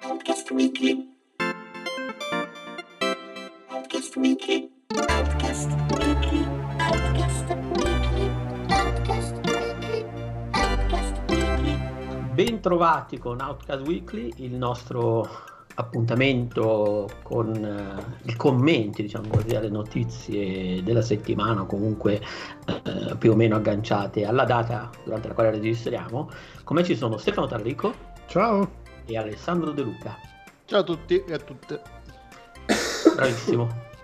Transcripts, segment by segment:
Outcast Weekly. Outcast Weekly. Outcast Weekly. Outcast Weekly. Outcast Weekly. Outcast Weekly. Bentrovati con Outcast Weekly, il nostro appuntamento con i commenti, diciamo così, alle notizie della settimana, comunque più o meno agganciate alla data durante la quale registriamo. Con me ci sono Stefano Tarrico. Ciao. E Alessandro De Luca. Ciao a tutti e a tutte. Bravissimo.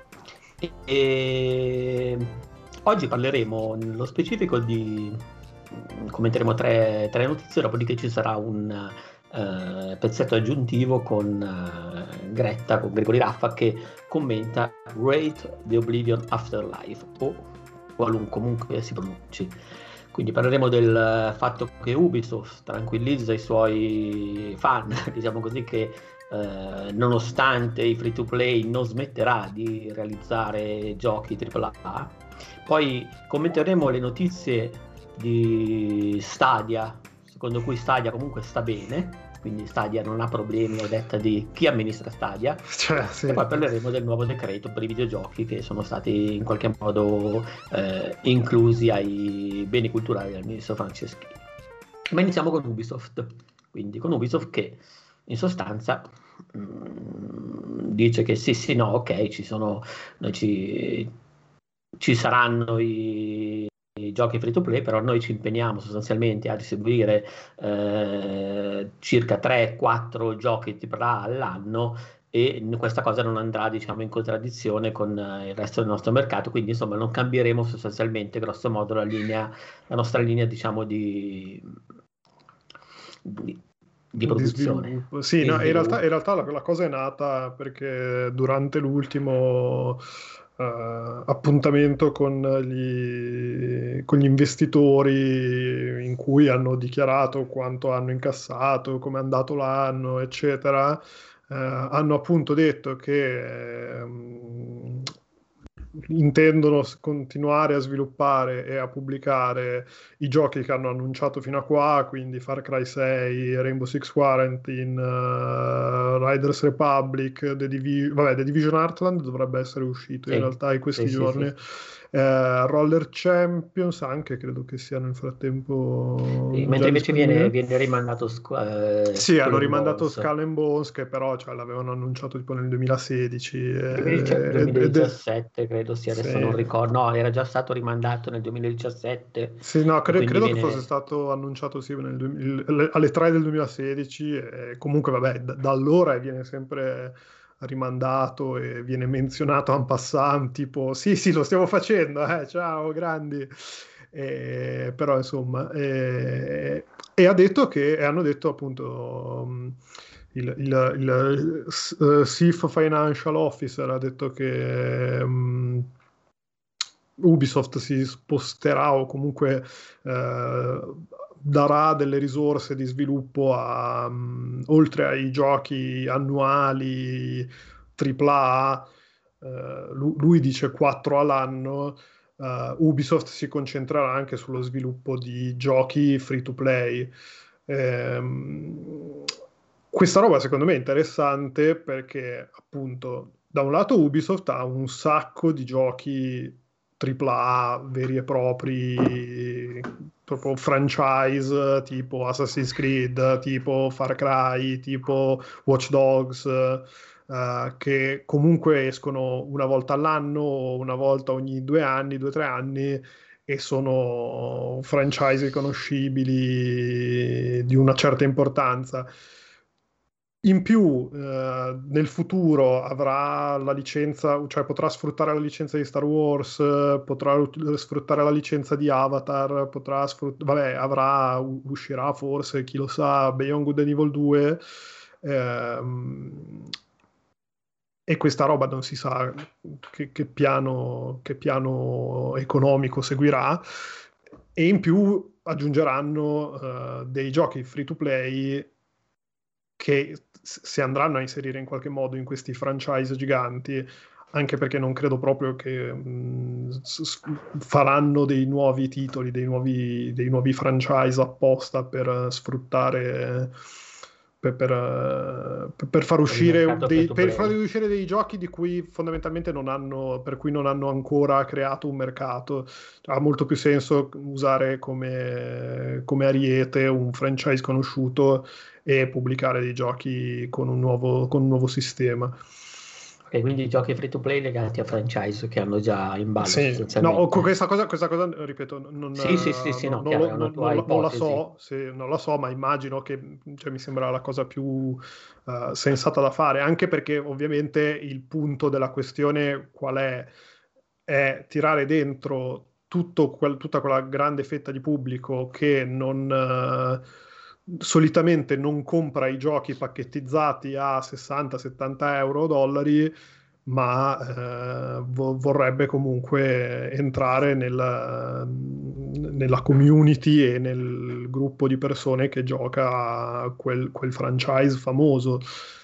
E oggi parleremo nello specifico commenteremo tre notizie, dopodiché ci sarà un pezzetto aggiuntivo con Greta, con Gregory Raffa, che commenta Great the Oblivion Afterlife, o comunque si pronunci. Quindi parleremo del fatto che Ubisoft tranquillizza i suoi fan, diciamo così, che nonostante i free to play non smetterà di realizzare giochi AAA. Poi commenteremo le notizie di Stadia, secondo cui Stadia comunque sta bene, quindi Stadia non ha problemi a detta di chi amministra Stadia. Sì. E poi parleremo del nuovo decreto per i videogiochi che sono stati in qualche modo inclusi ai beni culturali del ministro Franceschini. Ma iniziamo con Ubisoft, quindi con Ubisoft che in sostanza dice che sì, no, ok, ci saranno i giochi free to play, però noi ci impegniamo sostanzialmente a distribuire circa 3-4 giochi AAA all'anno, e questa cosa non andrà, diciamo, in contraddizione con il resto del nostro mercato, quindi insomma non cambieremo sostanzialmente grosso modo la nostra linea, diciamo, di produzione. Sì, no, in realtà la cosa è nata perché durante l'ultimo appuntamento con gli investitori, in cui hanno dichiarato quanto hanno incassato, come è andato l'anno, eccetera, hanno appunto detto che intendono continuare a sviluppare e a pubblicare i giochi che hanno annunciato fino a qua, quindi Far Cry 6, Rainbow Six Quarantine, Riders Republic, The Division Heartland dovrebbe essere uscito in realtà in questi giorni. Sì. Roller Champions anche credo che sia nel frattempo, mentre invece viene rimandato sì, hanno rimandato Skull and Bones, che però l'avevano annunciato tipo nel 2016 2017 credo sia, adesso sì. Non ricordo, no, era già stato rimandato nel 2017. Sì, no, credo che fosse stato annunciato sì, alle 3 del 2016, e comunque vabbè, da allora viene sempre rimandato e viene menzionato en passant, tipo sì, lo stiamo facendo, ciao grandi. Però insomma, e hanno detto appunto il Chief Financial Officer ha detto che Ubisoft si sposterà o comunque darà delle risorse di sviluppo oltre ai giochi annuali AAA, lui dice 4 all'anno. Ubisoft si concentrerà anche sullo sviluppo di giochi free to play. Questa roba secondo me è interessante perché appunto da un lato Ubisoft ha un sacco di giochi AAA veri e propri, proprio franchise tipo Assassin's Creed, tipo Far Cry, tipo Watch Dogs, che comunque escono una volta all'anno o una volta ogni 2 anni, 2 o 3 anni, e sono franchise riconoscibili di una certa importanza. In più, nel futuro avrà la licenza, cioè potrà sfruttare la licenza di Star Wars, potrà sfruttare la licenza di Avatar, uscirà forse, chi lo sa, Beyond Good and Evil 2, e questa roba non si sa che piano economico seguirà, e in più aggiungeranno dei giochi free to play che si andranno a inserire in qualche modo in questi franchise giganti, anche perché non credo proprio che faranno dei nuovi titoli, dei nuovi franchise apposta per sfruttare per far uscire mercato free to per play. far uscire dei giochi di cui fondamentalmente per cui non hanno ancora creato un mercato. Ha molto più senso usare come ariete un franchise conosciuto e pubblicare dei giochi con un nuovo sistema. Ok, quindi giochi free to play legati a franchise che hanno già in ballo Sì, no, sostanzialmente. questa cosa, ripeto, Sì, no, chiaro, è una tua non la ipotesi. so, non la so, ma immagino che, cioè, mi sembra la cosa più sensata da fare, anche perché ovviamente il punto della questione qual è? È tirare dentro tutta quella grande fetta di pubblico che solitamente non compra i giochi pacchettizzati a 60, 70 euro o dollari, ma vorrebbe comunque entrare nella community e nel gruppo di persone che gioca a quel franchise famoso.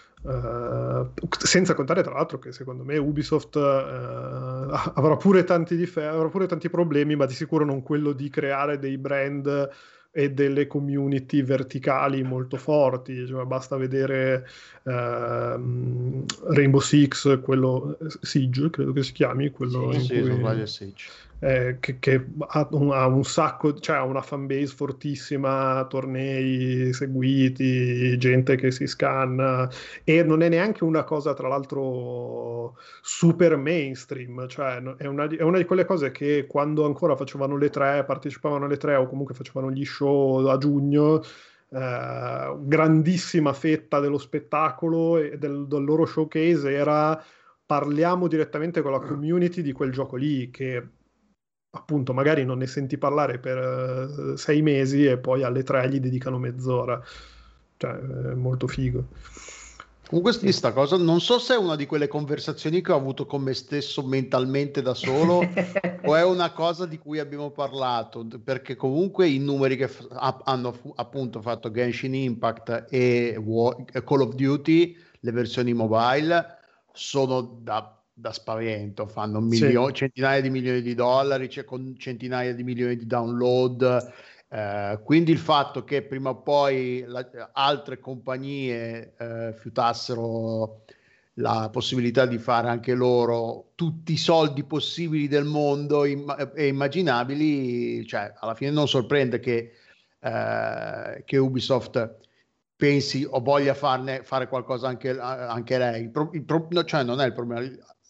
Senza contare tra l'altro che secondo me Ubisoft avrà pure avrà pure tanti problemi, ma di sicuro non quello di creare dei brand e delle community verticali molto forti. Cioè, basta vedere Rainbow Six, quello Siege, credo che si chiami, quello Sì. in Sì, se non cui sbaglio è Siege. che ha un sacco, cioè ha una fanbase fortissima, tornei seguiti, gente che si scanna, e non è neanche una cosa, tra l'altro, super mainstream, cioè è una di quelle cose che quando ancora facevano le tre, partecipavano alle tre o comunque facevano gli show a giugno, grandissima fetta dello spettacolo e del loro showcase era: parliamo direttamente con la community di quel gioco lì, che appunto magari non ne senti parlare per 6 mesi e poi alle 3 gli dedicano mezz'ora. Cioè, è molto figo. Comunque di sta cosa, non so se è una di quelle conversazioni che ho avuto con me stesso mentalmente da solo o è una cosa di cui abbiamo parlato, perché comunque i numeri che hanno appunto fatto Genshin Impact e Call of Duty, le versioni mobile, sono da spavento, fanno Sì. centinaia di milioni di dollari, con centinaia di milioni di download. Quindi il fatto che prima o poi altre compagnie fiutassero la possibilità di fare anche loro tutti i soldi possibili del mondo e immaginabili, cioè alla fine non sorprende che Ubisoft pensi o voglia fare qualcosa anche lei. No, cioè non è il problema.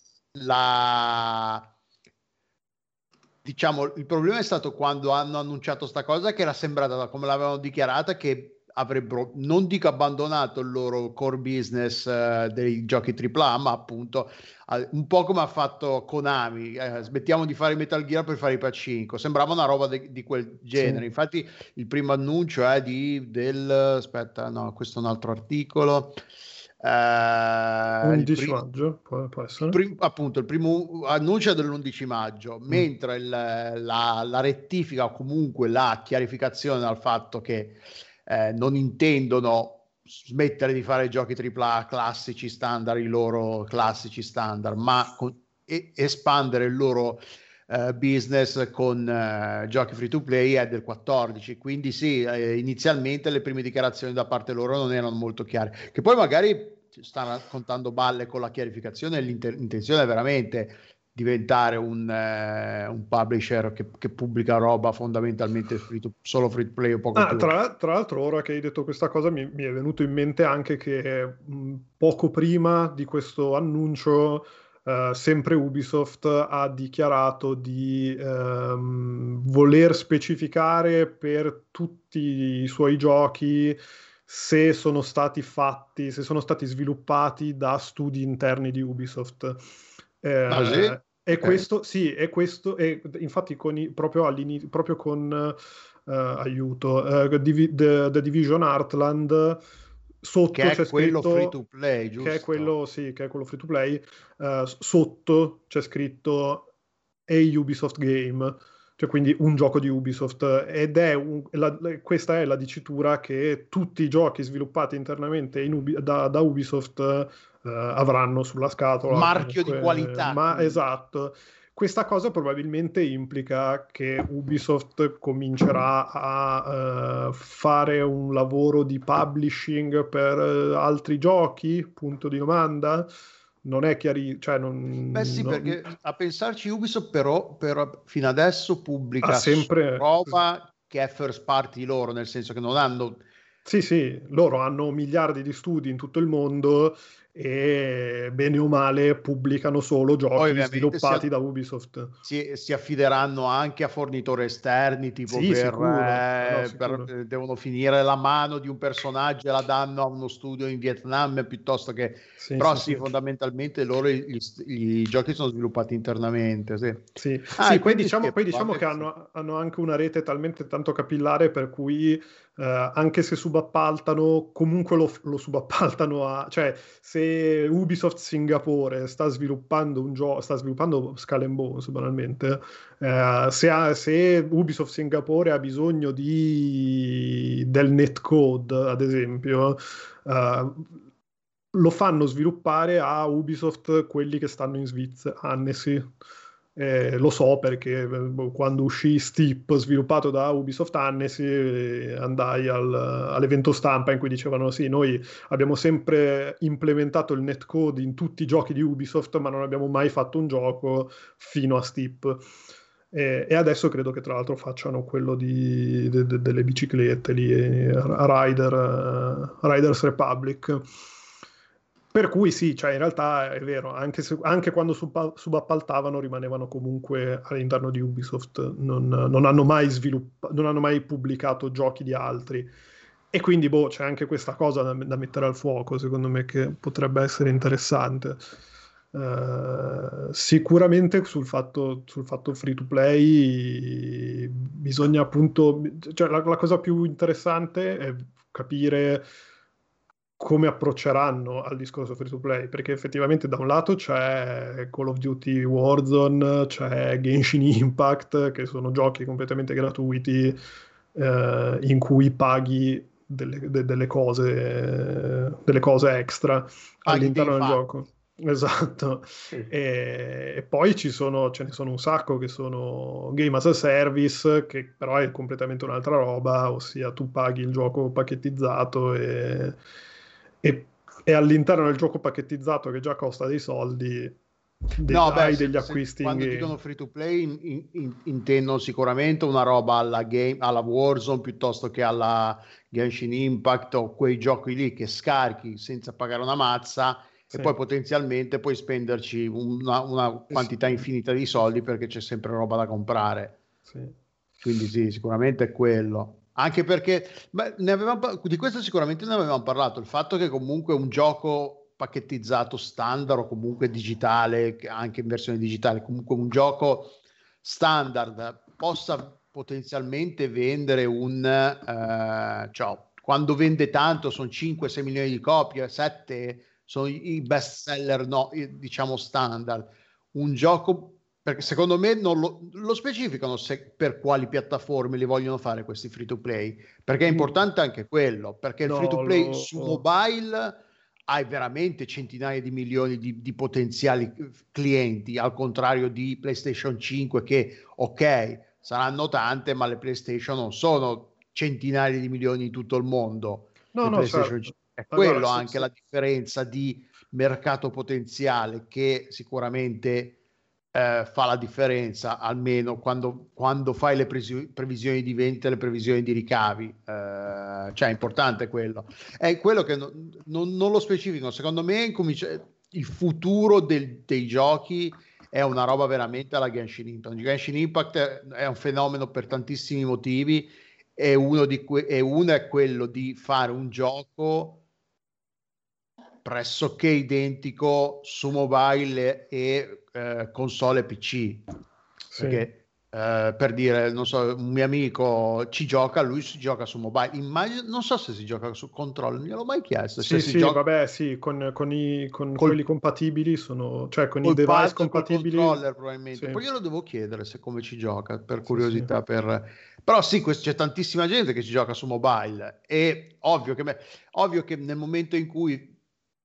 Diciamo, il problema è stato quando hanno annunciato sta cosa, che era sembrata, come l'avevano dichiarata, che avrebbero, non dico abbandonato il loro core business dei giochi AAA, ma appunto un po' come ha fatto Konami, smettiamo di fare i Metal Gear per fare i Pachinko. Sembrava una roba di quel genere. Sì. Infatti il primo annuncio è aspetta, no, questo è un altro articolo. 11 maggio, può essere. Appunto, il primo annuncio è dell'11 maggio, mentre la rettifica o comunque la chiarificazione al fatto che non intendono smettere di fare giochi AAA classici standard, i loro classici standard, ma espandere il loro business con giochi free to play è del 14. Quindi sì, inizialmente le prime dichiarazioni da parte loro non erano molto chiare, che poi magari sta raccontando balle con la chiarificazione e l'intenzione è veramente diventare un publisher che pubblica roba fondamentalmente solo free to play o poco più. Tra l'altro, ora che hai detto questa cosa, mi è venuto in mente anche che poco prima di questo annuncio, sempre Ubisoft ha dichiarato di voler specificare per tutti i suoi giochi se sono stati sviluppati da studi interni di Ubisoft. Ah, sì? E Ok. questo, sì, e infatti proprio con aiuto, The Division Heartland, sotto Che c'è è quello free to scritto, play, che è giusto? quello, sì, che è quello free to play, sotto c'è scritto a Ubisoft game, cioè quindi un gioco di Ubisoft, ed è questa è la dicitura che tutti i giochi sviluppati internamente da Ubisoft avranno sulla scatola, Marchio di comunque, qualità, ma quindi. esatto. questa cosa probabilmente implica che Ubisoft comincerà a fare un lavoro di publishing per altri giochi? Punto di domanda. Non è chiarissimo, cioè Beh sì, perché a pensarci Ubisoft però fino adesso ha pubblica sempre... roba che è first party loro, nel senso che non hanno... Sì, loro hanno miliardi di studi in tutto il mondo e bene o male pubblicano solo Poi giochi ovviamente sviluppati da Ubisoft. si affideranno anche a fornitori esterni, tipo Sì, sicuro. No, sicuro. devono finire la mano di un personaggio e la danno a uno studio in Vietnam piuttosto che... Sì, Però sì. fondamentalmente loro i giochi sono sviluppati internamente. Sì, Sì, poi quindi diciamo, sì, che hanno anche una rete talmente tanto capillare per cui anche se subappaltano, comunque lo subappaltano a... Cioè, se Ubisoft Singapore sta sviluppando un gioco, sta sviluppando Skull and Bones, banalmente, se Ubisoft Singapore ha bisogno del netcode, ad esempio, lo fanno sviluppare a Ubisoft quelli che stanno in Svizzera, Annecy. Lo so perché quando uscì Steep sviluppato da Ubisoft Annecy andai all'evento stampa in cui dicevano sì, noi abbiamo sempre implementato il netcode in tutti i giochi di Ubisoft ma non abbiamo mai fatto un gioco fino a Steep. E adesso credo che tra l'altro facciano quello delle biciclette lì, Riders Republic. Per cui sì, cioè in realtà è vero, anche quando subappaltavano rimanevano comunque all'interno di Ubisoft, non hanno mai non hanno mai pubblicato giochi di altri. E quindi c'è anche questa cosa da mettere al fuoco, secondo me, che potrebbe essere interessante. Sicuramente sul fatto free to play bisogna appunto, cioè la cosa più interessante è capire come approcceranno al discorso free to play, perché effettivamente da un lato c'è Call of Duty Warzone, c'è Genshin Impact, che sono giochi completamente gratuiti in cui paghi delle cose extra all'interno del gioco. Esatto. E poi ce ne sono un sacco che sono Game as a Service, che però è completamente un'altra roba, ossia tu paghi il gioco pacchettizzato e all'interno del gioco pacchettizzato che già costa dei soldi hai degli acquisti quando dicono free to play intendono sicuramente una roba alla Warzone piuttosto che alla Genshin Impact o quei giochi lì che scarichi senza pagare una mazza e poi potenzialmente puoi spenderci una quantità infinita di soldi perché c'è sempre roba da comprare. Quindi sì, sicuramente è quello. Anche perché di questo sicuramente ne avevamo parlato, il fatto che comunque un gioco pacchettizzato standard o comunque digitale, anche in versione digitale, comunque un gioco standard possa potenzialmente vendere quando vende tanto sono 5-6 milioni di copie, 7 sono i best seller, diciamo standard. Un gioco, perché secondo me non lo specificano per quali piattaforme li vogliono fare questi free to play, perché è importante anche quello, perché il free to play su mobile hai veramente centinaia di milioni di potenziali clienti, al contrario di PlayStation 5 che ok, saranno tante, ma le PlayStation non sono centinaia di milioni in tutto il mondo. Certo. È quello anche la differenza di mercato potenziale che sicuramente fa la differenza, almeno quando fai le previsioni di vendita, le previsioni di ricavi, cioè è importante quello. È quello che non lo specifico. Secondo me il futuro dei giochi è una roba veramente alla Genshin Impact. Genshin Impact è un fenomeno per tantissimi motivi e uno è quello di fare un gioco pressoché identico su mobile e console PC, perché per dire, non so, un mio amico lui si gioca su mobile, immagino, non so se si gioca su controller, non gliel'ho mai chiesto. Con quelli compatibili cioè con i device compatibili controller probabilmente. Poi io lo devo chiedere come ci gioca, per curiosità. Però sì, c'è tantissima gente che ci gioca su mobile e ovvio che nel momento in cui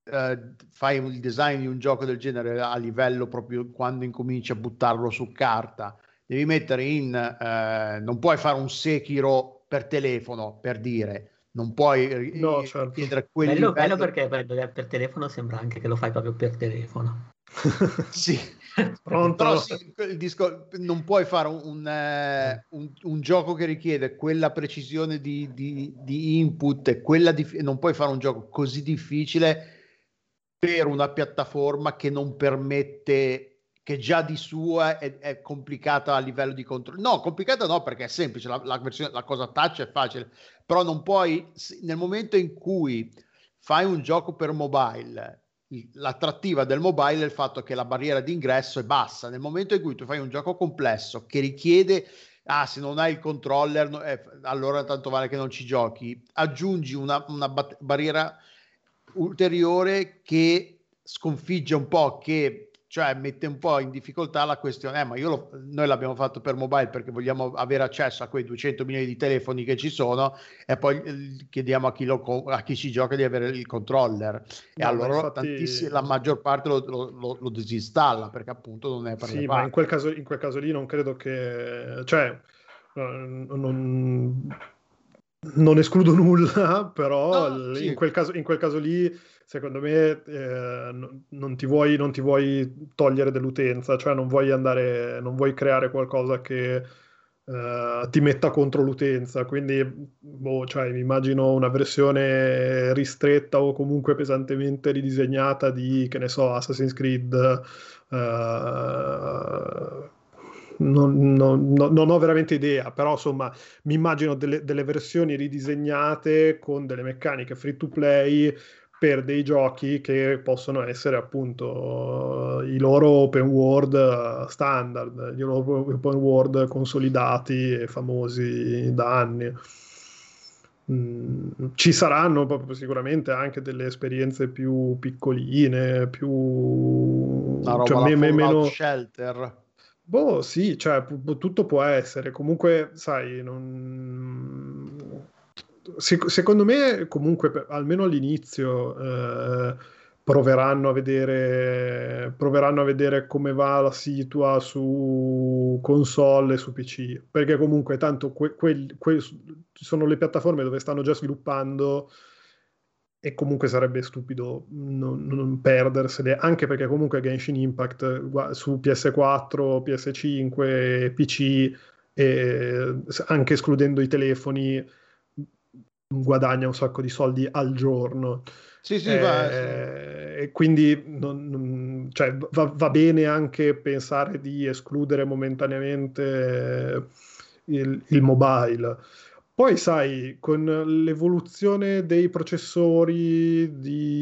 fai il design di un gioco del genere a livello proprio quando incominci a buttarlo su carta, devi mettere non puoi fare un Sekiro per telefono, per dire, non puoi No, certo. chiedere quel Bello livello. perché per telefono sembra anche che lo fai proprio per telefono. Sì, Pronto? però sì, non puoi fare un gioco che richiede quella precisione di input e non puoi fare un gioco così difficile per una piattaforma che non permette, che già di sua è complicata a livello di controllo. No, complicata no, perché è semplice, la cosa touch è facile, però non puoi, nel momento in cui fai un gioco per mobile, l'attrattiva del mobile è il fatto che la barriera d'ingresso è bassa. Nel momento in cui tu fai un gioco complesso che richiede, se non hai il controller, allora tanto vale che non ci giochi, aggiungi una barriera ulteriore che sconfigge un po', cioè mette un po' in difficoltà la questione, ma noi l'abbiamo fatto per mobile perché vogliamo avere accesso a quei 200 milioni di telefoni che ci sono, e poi chiediamo a chi ci gioca di avere il controller, e No, allora infatti, la maggior parte lo disinstalla perché appunto non è per le sì, ma in quel caso lì non credo che, cioè, non escludo nulla, però No, in sì. quel caso lì, secondo me, non ti vuoi togliere dell'utenza, cioè non vuoi creare qualcosa che ti metta contro l'utenza. Quindi, cioè, mi immagino una versione ristretta o comunque pesantemente ridisegnata di, che ne so, Assassin's Creed. Non ho veramente idea, però insomma mi immagino delle versioni ridisegnate con delle meccaniche free to play per dei giochi che possono essere appunto i loro open world standard, i loro open world consolidati e famosi da anni. Ci saranno proprio sicuramente anche delle esperienze più piccoline, più Una cioè, roba la Fallout meno. Shelter. Boh, sì, cioè, tutto può essere. Comunque, sai, secondo me, comunque, almeno all'inizio, proveranno a vedere come va la situa su console e su PC, perché comunque tanto sono le piattaforme dove stanno già sviluppando, e comunque sarebbe stupido non perdersele, anche perché comunque Genshin Impact su PS4, PS5, PC, anche escludendo i telefoni, guadagna un sacco di soldi al giorno. Sì, sì, va, sì. E quindi cioè, va bene anche pensare di escludere momentaneamente il mobile. Poi, sai, con l'evoluzione dei processori,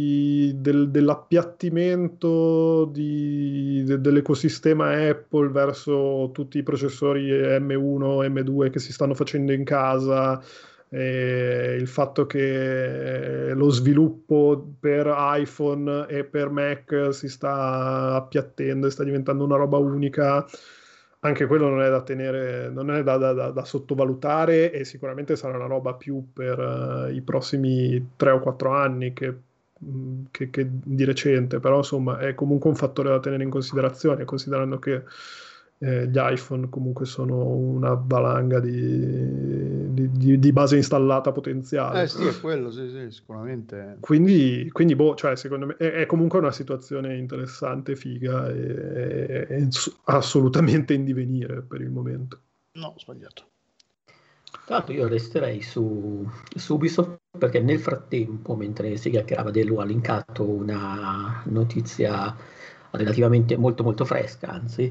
dell'appiattimento dell'ecosistema Apple verso tutti i processori M1, M2 che si stanno facendo in casa, e il fatto che lo sviluppo per iPhone e per Mac si sta appiattendo e sta diventando una roba unica, anche quello non è da tenere, non è da sottovalutare, e sicuramente sarà una roba più per i prossimi 3 o 4 anni che di recente, però insomma è comunque un fattore da tenere in considerazione, considerando che gli iPhone comunque sono una valanga di base installata potenziale. Sì, è quello, sì, sicuramente. Quindi cioè, secondo me è comunque una situazione interessante, figa e assolutamente in divenire per il momento. No, sbagliato. Tra l'altro io resterei su Ubisoft, perché nel frattempo, mentre si chiacchierava ho linkato una notizia relativamente molto molto fresca, anzi,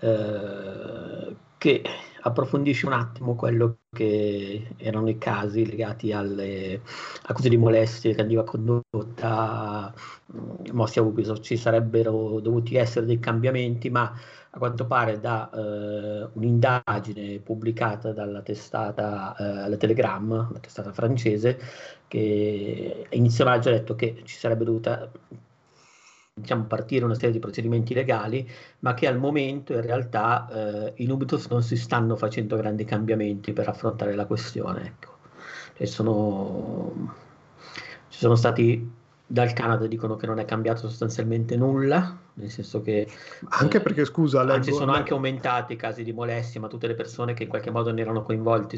che approfondisce un attimo quello che erano i casi legati alle accuse di molestie che veniva condotta mossi a Ubisoft. Ci sarebbero dovuti essere dei cambiamenti, ma a quanto pare da un'indagine pubblicata dalla testata la Telegram, la testata francese, che a inizio maggio ha detto che ci sarebbe dovuta, diciamo, partire una serie di procedimenti legali, ma che al momento in realtà in Ubisoft non si stanno facendo grandi cambiamenti per affrontare la questione. Ecco. Ci sono stati Dal Canada dicono che non è cambiato sostanzialmente nulla, nel senso che Anche perché, scusa, anzi sono anche leggo... aumentati i casi di molestie, ma tutte le persone che in qualche modo ne erano coinvolti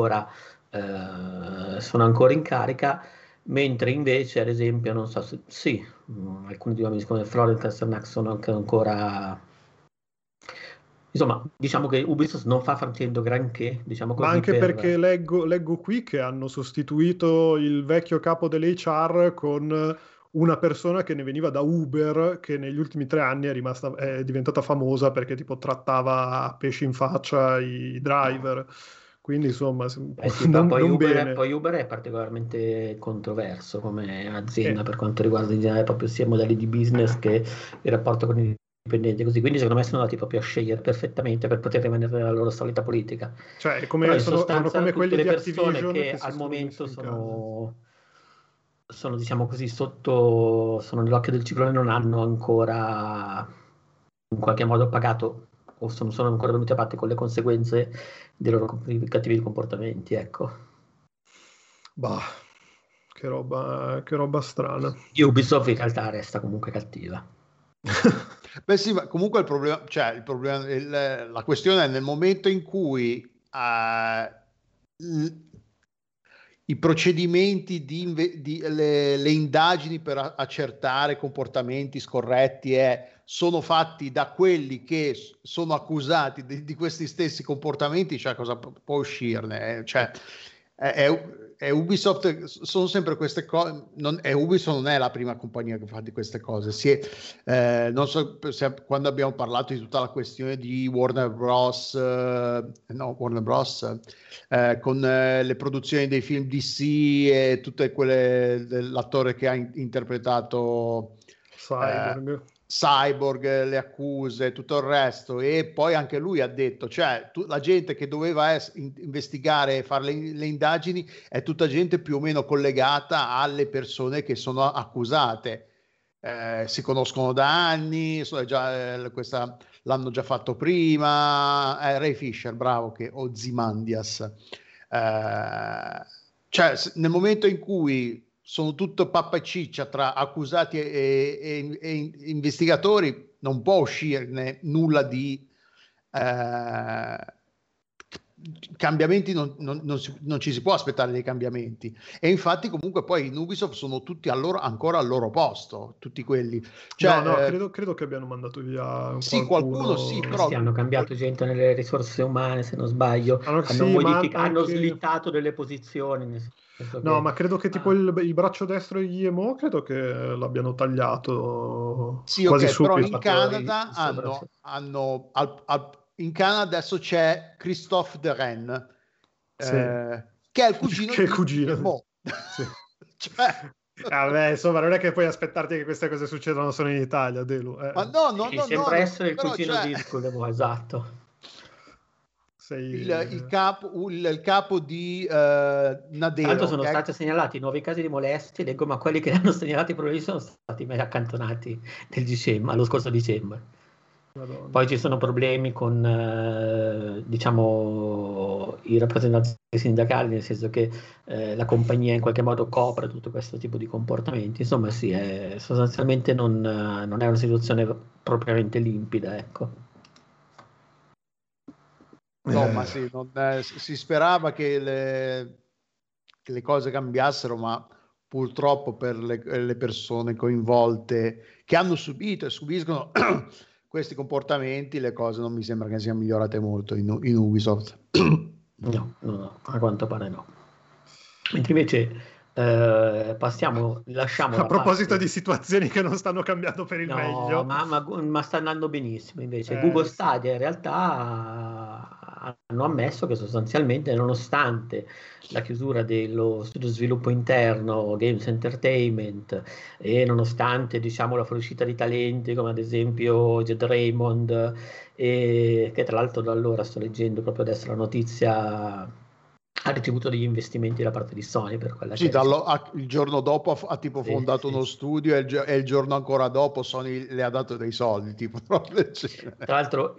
sono ancora in carica, mentre invece, ad esempio, non so se sì, alcuni di uomini come Florence Casternack sono anche ancora. Insomma, diciamo che Ubisoft non fa facendo granché, diciamo Ma così, anche perché per. leggo qui che hanno sostituito il vecchio capo dell'HR con una persona che ne veniva da Uber, che negli ultimi 3 anni è diventata famosa perché tipo trattava a pesci in faccia i driver. Quindi insomma, Sì, non bene. poi Uber è particolarmente controverso come azienda Eh, per quanto riguarda in generale proprio sia i modelli di business che il rapporto con i dipendenti, così. Quindi secondo me sono andati proprio a scegliere perfettamente per poter rimanere nella loro solita politica. cioè, Però in sono sostanza come tutte quelli le di persone Activision che che si al sono messi momento in casa. sono diciamo così sono nell'occhio del ciclone non hanno ancora in qualche modo pagato o sono ancora venuti a parte con le conseguenze dei loro cattivi comportamenti, ecco. Bah, che roba strana. Ubisoft in realtà resta comunque cattiva. Beh sì, ma comunque la questione è nel momento in cui i procedimenti le indagini per accertare comportamenti scorretti sono fatti da quelli che sono accusati di questi stessi comportamenti, cioè cosa può uscirne? Cioè, è Ubisoft, sono sempre queste cose. Ubisoft non è la prima compagnia che fa di queste cose. Non so quando abbiamo parlato di tutta la questione di Warner Bros. Con le produzioni dei film DC e tutte quelle dell'attore che ha interpretato Cyborg. Cyborg, le accuse, tutto il resto, e poi anche lui ha detto, cioè la gente che doveva investigare e fare le indagini è tutta gente più o meno collegata alle persone che sono accusate, si conoscono da anni, l'hanno già fatto prima, Ray Fisher, bravo, che Ozymandias. Cioè nel momento in cui sono tutto pappa e ciccia tra accusati e investigatori, non può uscirne nulla di cambiamenti, non ci si può aspettare dei cambiamenti, e infatti comunque poi in Ubisoft sono tutti ancora al loro posto, tutti quelli, cioè, No, credo che abbiano mandato via sì, qualcuno sì, qualcuno. però Sì, hanno cambiato gente nelle risorse umane, se non sbaglio, Sì, ma hanno anche... slittato delle posizioni, nel senso No, che ma credo che tipo il braccio destro degli IMO credo che l'abbiano tagliato sì, quasi ok, però subito. in Canada sopra. in Canada adesso c'è Christophe de Rennes, Sì. che è il cugino Che è il di cugino. Guillermo. Sì. Cioè, Vabbè, insomma, non è che puoi aspettarti che queste cose succedano solo in Italia, Delu. ma no, no, Sì, no, no, sembra essere il però cugino cioè, di Scudevo, esatto. Sei... il capo di Tra l'altro Nadeo, sono che è stati segnalati nuovi casi di molestie, leggo, ma quelli che li hanno segnalati probabilmente sono stati mai accantonati lo scorso dicembre. Madonna. Poi ci sono problemi con, diciamo, i rappresentanti sindacali, nel senso che la compagnia in qualche modo copre tutto questo tipo di comportamenti. Insomma, sì, sostanzialmente non è una situazione propriamente limpida, ecco. no, ma sì, si sperava che le cose cambiassero, ma purtroppo per le persone coinvolte che hanno subito e subiscono questi comportamenti, le cose non mi sembra che siano migliorate molto in Ubisoft. No, a quanto pare no. Mentre invece lasciamo A da proposito di parte. situazioni che non stanno cambiando per il No, meglio. ma sta andando benissimo invece. Google Sì. Stadia in realtà hanno ammesso che sostanzialmente, nonostante la chiusura dello studio sviluppo interno Games Entertainment e nonostante, diciamo, la fuoriuscita di talenti come ad esempio Jed Raymond, e che tra l'altro da allora sto leggendo proprio adesso la notizia, ha ricevuto degli investimenti da parte di Sony per quella Sì, che è, diciamo. il giorno dopo ha tipo Sì, fondato sì, uno sì. studio e il giorno ancora dopo Sony le ha dato dei soldi, tipo proprio del genere. Tra l'altro,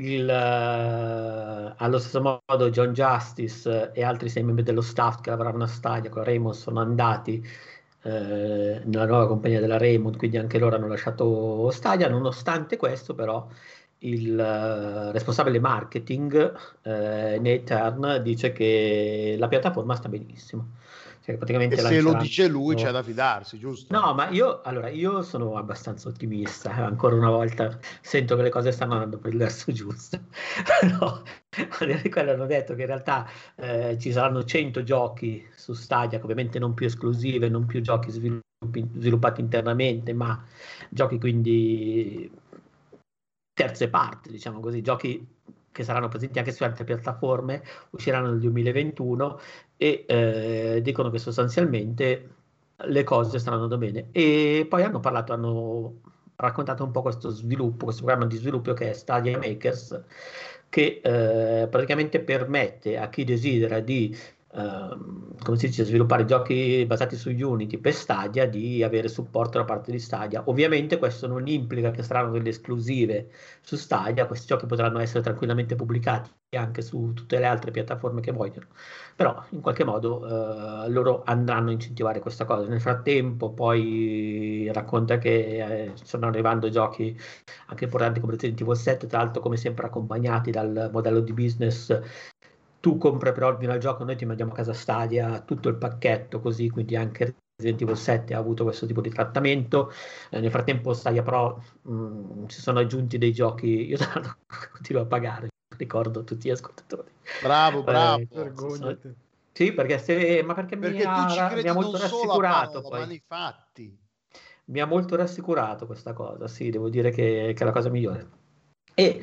allo stesso modo, John Justice e altri sei membri dello staff che lavoravano a Stadia con Raymond sono andati nella nuova compagnia della Raymond, quindi anche loro hanno lasciato Stadia. Nonostante questo, però, il responsabile marketing, Nate Hearn, dice che la piattaforma sta benissimo. Cioè, E praticamente se lo lanceranno... dice lui c'è da fidarsi, giusto? No, ma io sono abbastanza ottimista. Ancora una volta sento che le cose stanno andando per il verso giusto. Però, al di là di quello, hanno detto che in realtà ci saranno 100 giochi su Stadia, che ovviamente non più esclusive, non più giochi sviluppati internamente, ma giochi quindi terze parti, diciamo così, giochi che saranno presenti anche su altre piattaforme, usciranno nel 2021 e dicono che sostanzialmente le cose stanno andando bene. E poi hanno raccontato un po' questo sviluppo, questo programma di sviluppo che è Stadia Makers, che praticamente permette a chi desidera di come si dice, sviluppare giochi basati su Unity per Stadia di avere supporto da parte di Stadia. Ovviamente questo non implica che saranno delle esclusive su Stadia, questi giochi potranno essere tranquillamente pubblicati anche su tutte le altre piattaforme che vogliono, però in qualche modo loro andranno a incentivare questa cosa. Nel frattempo poi racconta che stanno arrivando giochi anche importanti come Resident Evil 7, tra l'altro come sempre accompagnati dal modello di business. Tu compri per ordine al gioco, noi ti mandiamo a casa Stadia tutto il pacchetto, così, quindi anche Resident Evil 7 ha avuto questo tipo di trattamento. Nel frattempo Stadia Pro si sono aggiunti dei giochi, io tra l'altro continuo a pagare, ricordo tutti gli ascoltatori. Bravo, bravo. Vergognati. Sì, ma perché Perché tu ci mi credi ha non molto solo a rassicurato parola, ma poi. nei fatti. Mi ha molto rassicurato questa cosa, sì, devo dire che è la cosa migliore. E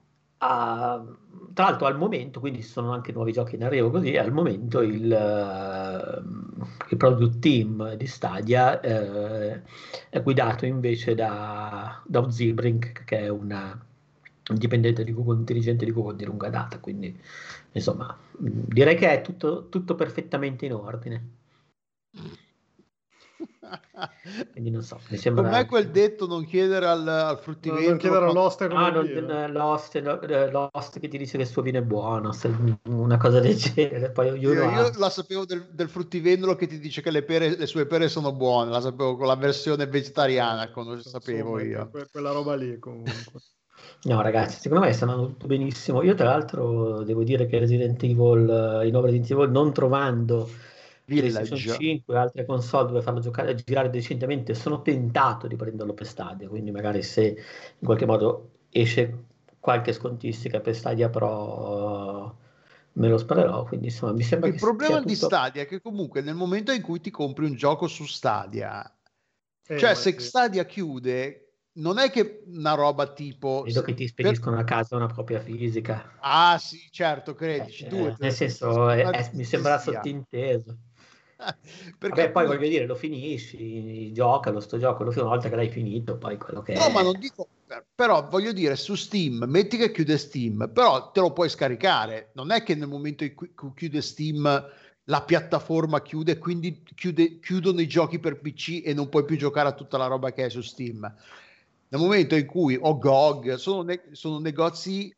tra l'altro al momento, quindi ci sono anche nuovi giochi in arrivo così, al momento il product team di Stadia è guidato invece da Ozzy Brink, che è un dipendente di Google, intelligente di Google di lunga data, quindi insomma direi che è tutto perfettamente in ordine. Quindi non so, mi sembra... Com'è quel detto non chiedere al fruttivendolo Non chiedere all'oste come Ah, viene. l'host che ti dice che il suo vino è buono, una cosa del genere, poi ognuno Io ha... la sapevo del fruttivendolo che ti dice che le sue pere sono buone, la sapevo con la versione vegetariana, lo sapevo Insomma, io. quella roba lì comunque. No, ragazzi, secondo me stanno andando tutto benissimo. Io, tra l'altro, devo dire che Resident Evil, i nuovi Resident Evil, non trovando PlayStation Village. 5 e altre console dove farlo giocare, girare decentemente, sono tentato di prenderlo per Stadia. Quindi, magari se in qualche modo esce qualche scontistica per Stadia Pro, me lo sparerò. Quindi, insomma, mi sembra Il che sia problema di tutto. Stadia è che comunque nel momento in cui ti compri un gioco su Stadia, cioè Ma se sì. Stadia chiude, non è che una roba tipo... Vedo che ti spediscono a casa una propria fisica. Ah sì, certo, credici, due te Nel ne senso, spediscono, una mi sembra sia. sottinteso. Perché Vabbè, poi voglio appunto... dire, lo finisci, giocalo, sto gioco, una volta che l'hai finito, poi quello che No, ma è... non dico, però voglio dire, su Steam, metti che chiude Steam, però te lo puoi scaricare. Non è che nel momento in cui chiude Steam, la piattaforma chiude, quindi chiudono i giochi per PC e non puoi più giocare a tutta la roba che è su Steam. Nel momento in cui o GOG sono negozi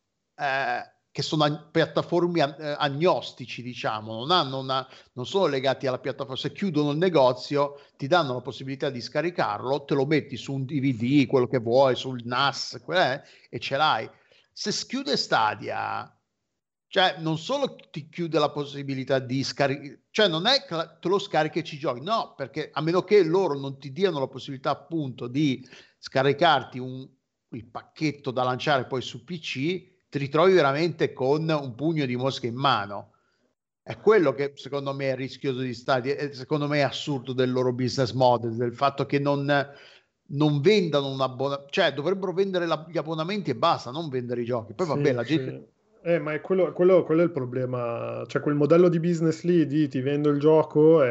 che sono piattaforme agnostici, diciamo, non sono legati alla piattaforma. Se chiudono il negozio, ti danno la possibilità di scaricarlo, te lo metti su un DVD, quello che vuoi, sul NAS, e ce l'hai. Se schiude Stadia, cioè non solo ti chiude la possibilità di scaricare, cioè non è che te lo scarichi e ci giochi, no, perché a meno che loro non ti diano la possibilità appunto di scaricarti il pacchetto da lanciare poi su PC, ti ritrovi veramente con un pugno di mosche in mano. È quello che secondo me è rischioso di Stadia, e secondo me è assurdo del loro business model, del fatto che non vendano un abbonamento, cioè dovrebbero vendere gli abbonamenti e basta, non vendere i giochi. Poi vabbè, Sì, la gente... sì. Ma è quello è il problema. Cioè, quel modello di business lì di ti vendo il gioco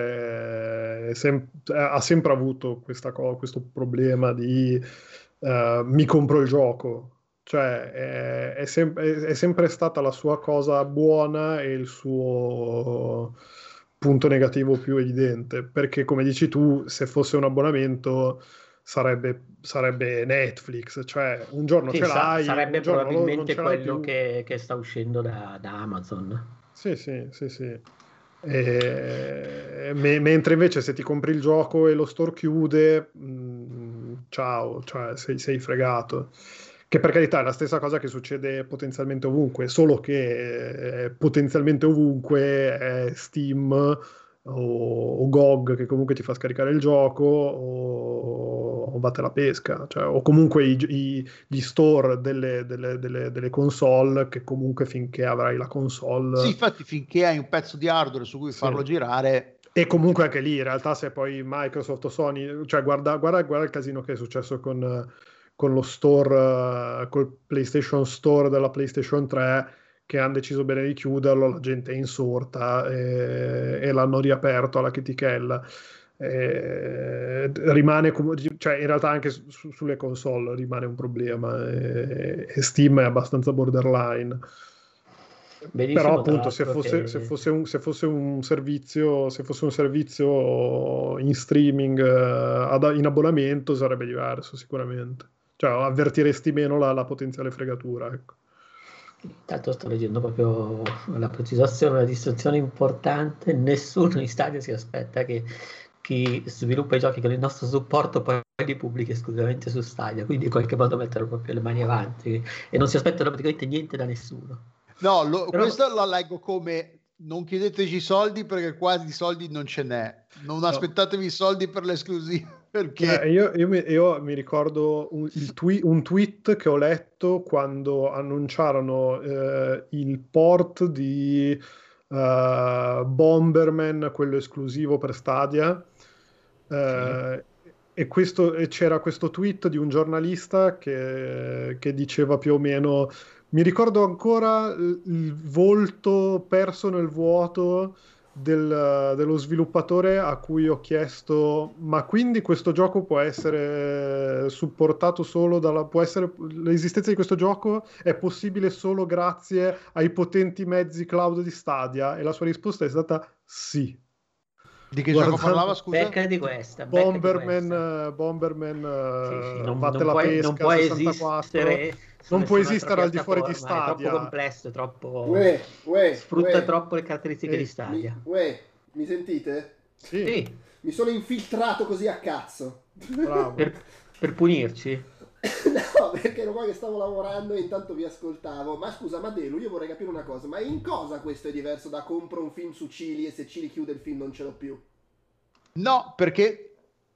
ha sempre avuto questo problema di mi compro il gioco. Cioè, è sempre stata la sua cosa buona e il suo punto negativo più evidente. Perché, come dici tu, se fosse un abbonamento sarebbe Netflix, cioè un giorno Sì, ce l'hai, un sarebbe giorno non probabilmente ce l'hai quello più. che sta uscendo da Amazon. Sì, sì, sì, sì. Mentre invece se ti compri il gioco e lo store chiude, ciao, cioè sei fregato. Che per carità è la stessa cosa che succede potenzialmente ovunque, solo che potenzialmente ovunque è Steam o GOG che comunque ti fa scaricare il gioco o Vatte la pesca, cioè, o comunque gli store delle console che comunque finché avrai la console... Sì, infatti finché hai un pezzo di hardware su cui farlo girare... E comunque anche lì in realtà se poi Microsoft o Sony, cioè guarda il casino che è successo con lo store, col PlayStation Store della PlayStation 3, che hanno deciso bene di chiuderlo, la gente è insorta e l'hanno riaperto alla chetichella. Rimane cioè in realtà anche sulle console rimane un problema e Steam è abbastanza borderline. Benissimo, Però tra appunto se l'altro fosse un servizio in streaming in abbonamento sarebbe diverso sicuramente, cioè avvertiresti meno la potenziale fregatura, ecco. Intanto sto leggendo proprio la precisazione, una distinzione importante: nessuno in Stadia si aspetta che chi sviluppa i giochi con il nostro supporto poi li pubblichi esclusivamente su Stadia, quindi in qualche modo metterò proprio le mani avanti e non si aspettano praticamente niente da nessuno. No, questo lo leggo come non chiedeteci i soldi perché qua di soldi non ce n'è, non aspettatevi i soldi per l'esclusiva perché... Io mi ricordo un tweet che ho letto quando annunciarono il port di Bomberman, quello esclusivo per Stadia, e c'era questo tweet di un giornalista che diceva più o meno: mi ricordo ancora il volto perso nel vuoto dello sviluppatore a cui ho chiesto: ma quindi questo gioco può essere supportato solo l'esistenza di questo gioco è possibile solo grazie ai potenti mezzi cloud di Stadia? E la sua risposta è stata sì. Di che gioco parlava, scusa? Becca di questa. Bomberman, sì, Vatte la pesca, non può 64. Non può esistere al di fuori di Stadia. È troppo complesso, è troppo... sfrutta troppo le caratteristiche di Stadia. Mi sentite? Sì. Mi sono infiltrato così a cazzo. Bravo. Per punirci? No, perché ero qua che stavo lavorando e intanto vi ascoltavo. Ma scusa, Madelu, io vorrei capire una cosa: ma in cosa questo è diverso da compro un film su Cili e se Cili chiude il film non ce l'ho più? No, perché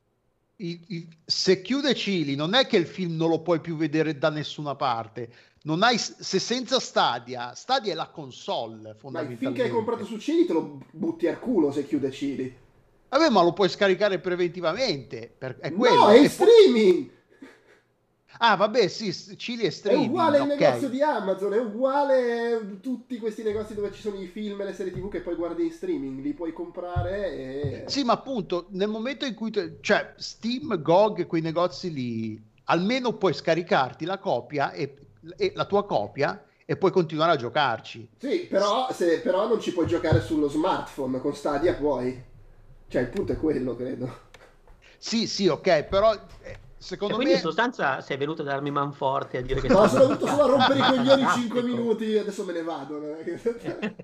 se chiude Cili non è che il film non lo puoi più vedere da nessuna parte. Non hai, se senza Stadia è la console fondamentalmente. Ma il film che hai comprato su Cili te lo butti al culo se chiude Cili. Vabbè, ma lo puoi scaricare preventivamente. È quello. No, è in streaming! Ah, vabbè, sì, Cili è streaming. È uguale il okay. negozio di Amazon, è uguale tutti questi negozi dove ci sono i film e le serie TV che poi guardi in streaming, li puoi comprare e... Sì, ma appunto, nel momento in cui... cioè, Steam, GOG, quei negozi lì, almeno puoi scaricarti la copia e la tua copia e puoi continuare a giocarci. Sì, però non ci puoi giocare sullo smartphone, con Stadia puoi. Cioè, il punto è quello, credo. Sì, ok, però... secondo quindi me... in sostanza sei venuto a darmi manforte a dire che... No, sono venuto solo a rompere i coglioni 5 minuti, adesso me ne vado. Non è che...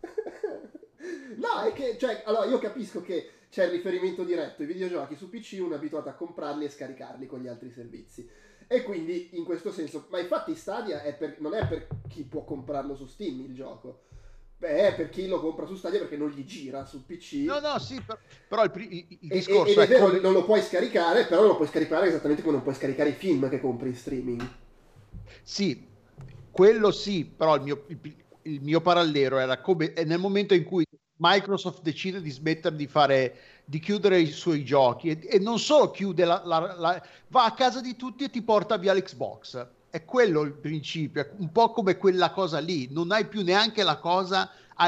No, è che, cioè, allora io capisco che c'è il riferimento diretto, i videogiochi su PC uno è abituato a comprarli e scaricarli con gli altri servizi. E quindi in questo senso, ma infatti Stadia non è per chi può comprarlo su Steam il gioco. Beh, è per chi lo compra su Stadia perché non gli gira sul PC. No, sì, però il discorso è vero, non lo puoi scaricare, però lo puoi scaricare esattamente come non puoi scaricare i film che compri in streaming. Sì, quello sì, però il mio parallelo era come nel momento in cui Microsoft decide di smettere di chiudere i suoi giochi e non solo chiude va a casa di tutti e ti porta via l'Xbox. È quello il principio, è un po' come quella cosa lì, non hai più neanche la cosa,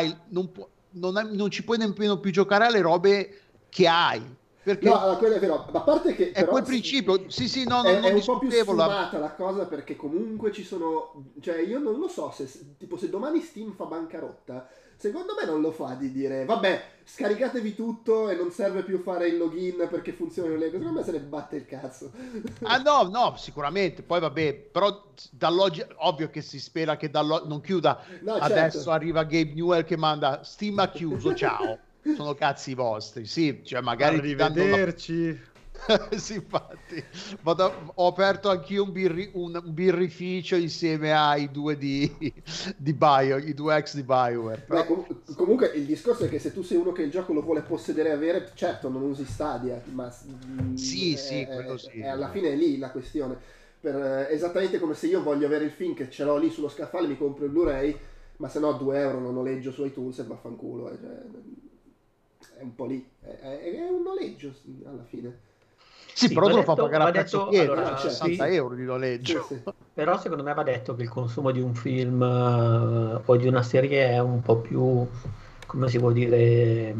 non ci puoi nemmeno più giocare alle robe che hai. Perché no, quello è vero, ma a parte che... È però, quel principio, sì, no, è non un po' più sfumata la cosa perché comunque ci sono... Cioè io non lo so, se domani Steam fa bancarotta, secondo me non lo fa di dire vabbè, scaricatevi tutto e non serve più fare il login perché funzionano le cose. Secondo me se ne batte il cazzo. Ah no, sicuramente. Poi vabbè, però dall'oggi ovvio che si spera che non chiuda. No, adesso certo. arriva Gabe Newell che manda Steam ha chiuso, ciao. sono cazzi vostri, sì, cioè magari ti danno Arrivederci. sì, infatti. Ho aperto anch'io un birrificio insieme ai due i due ex di BioWare. Beh, comunque il discorso è che se tu sei uno che il gioco lo vuole possedere e avere, certo non usi Stadia, ma sì, quello sì. è alla fine è lì la questione. Esattamente come se io voglio avere il film che ce l'ho lì sullo scaffale, mi compro il Blu-ray, ma se no 2 euro non noleggio su iTunes e vaffanculo. È un po' lì, è un noleggio alla fine. Sì, però te lo fa pagare a prezzo pieno, allora, 60 euro di noleggio. Sì. Però secondo me va detto che il consumo di un film o di una serie è un po' più, come si può dire,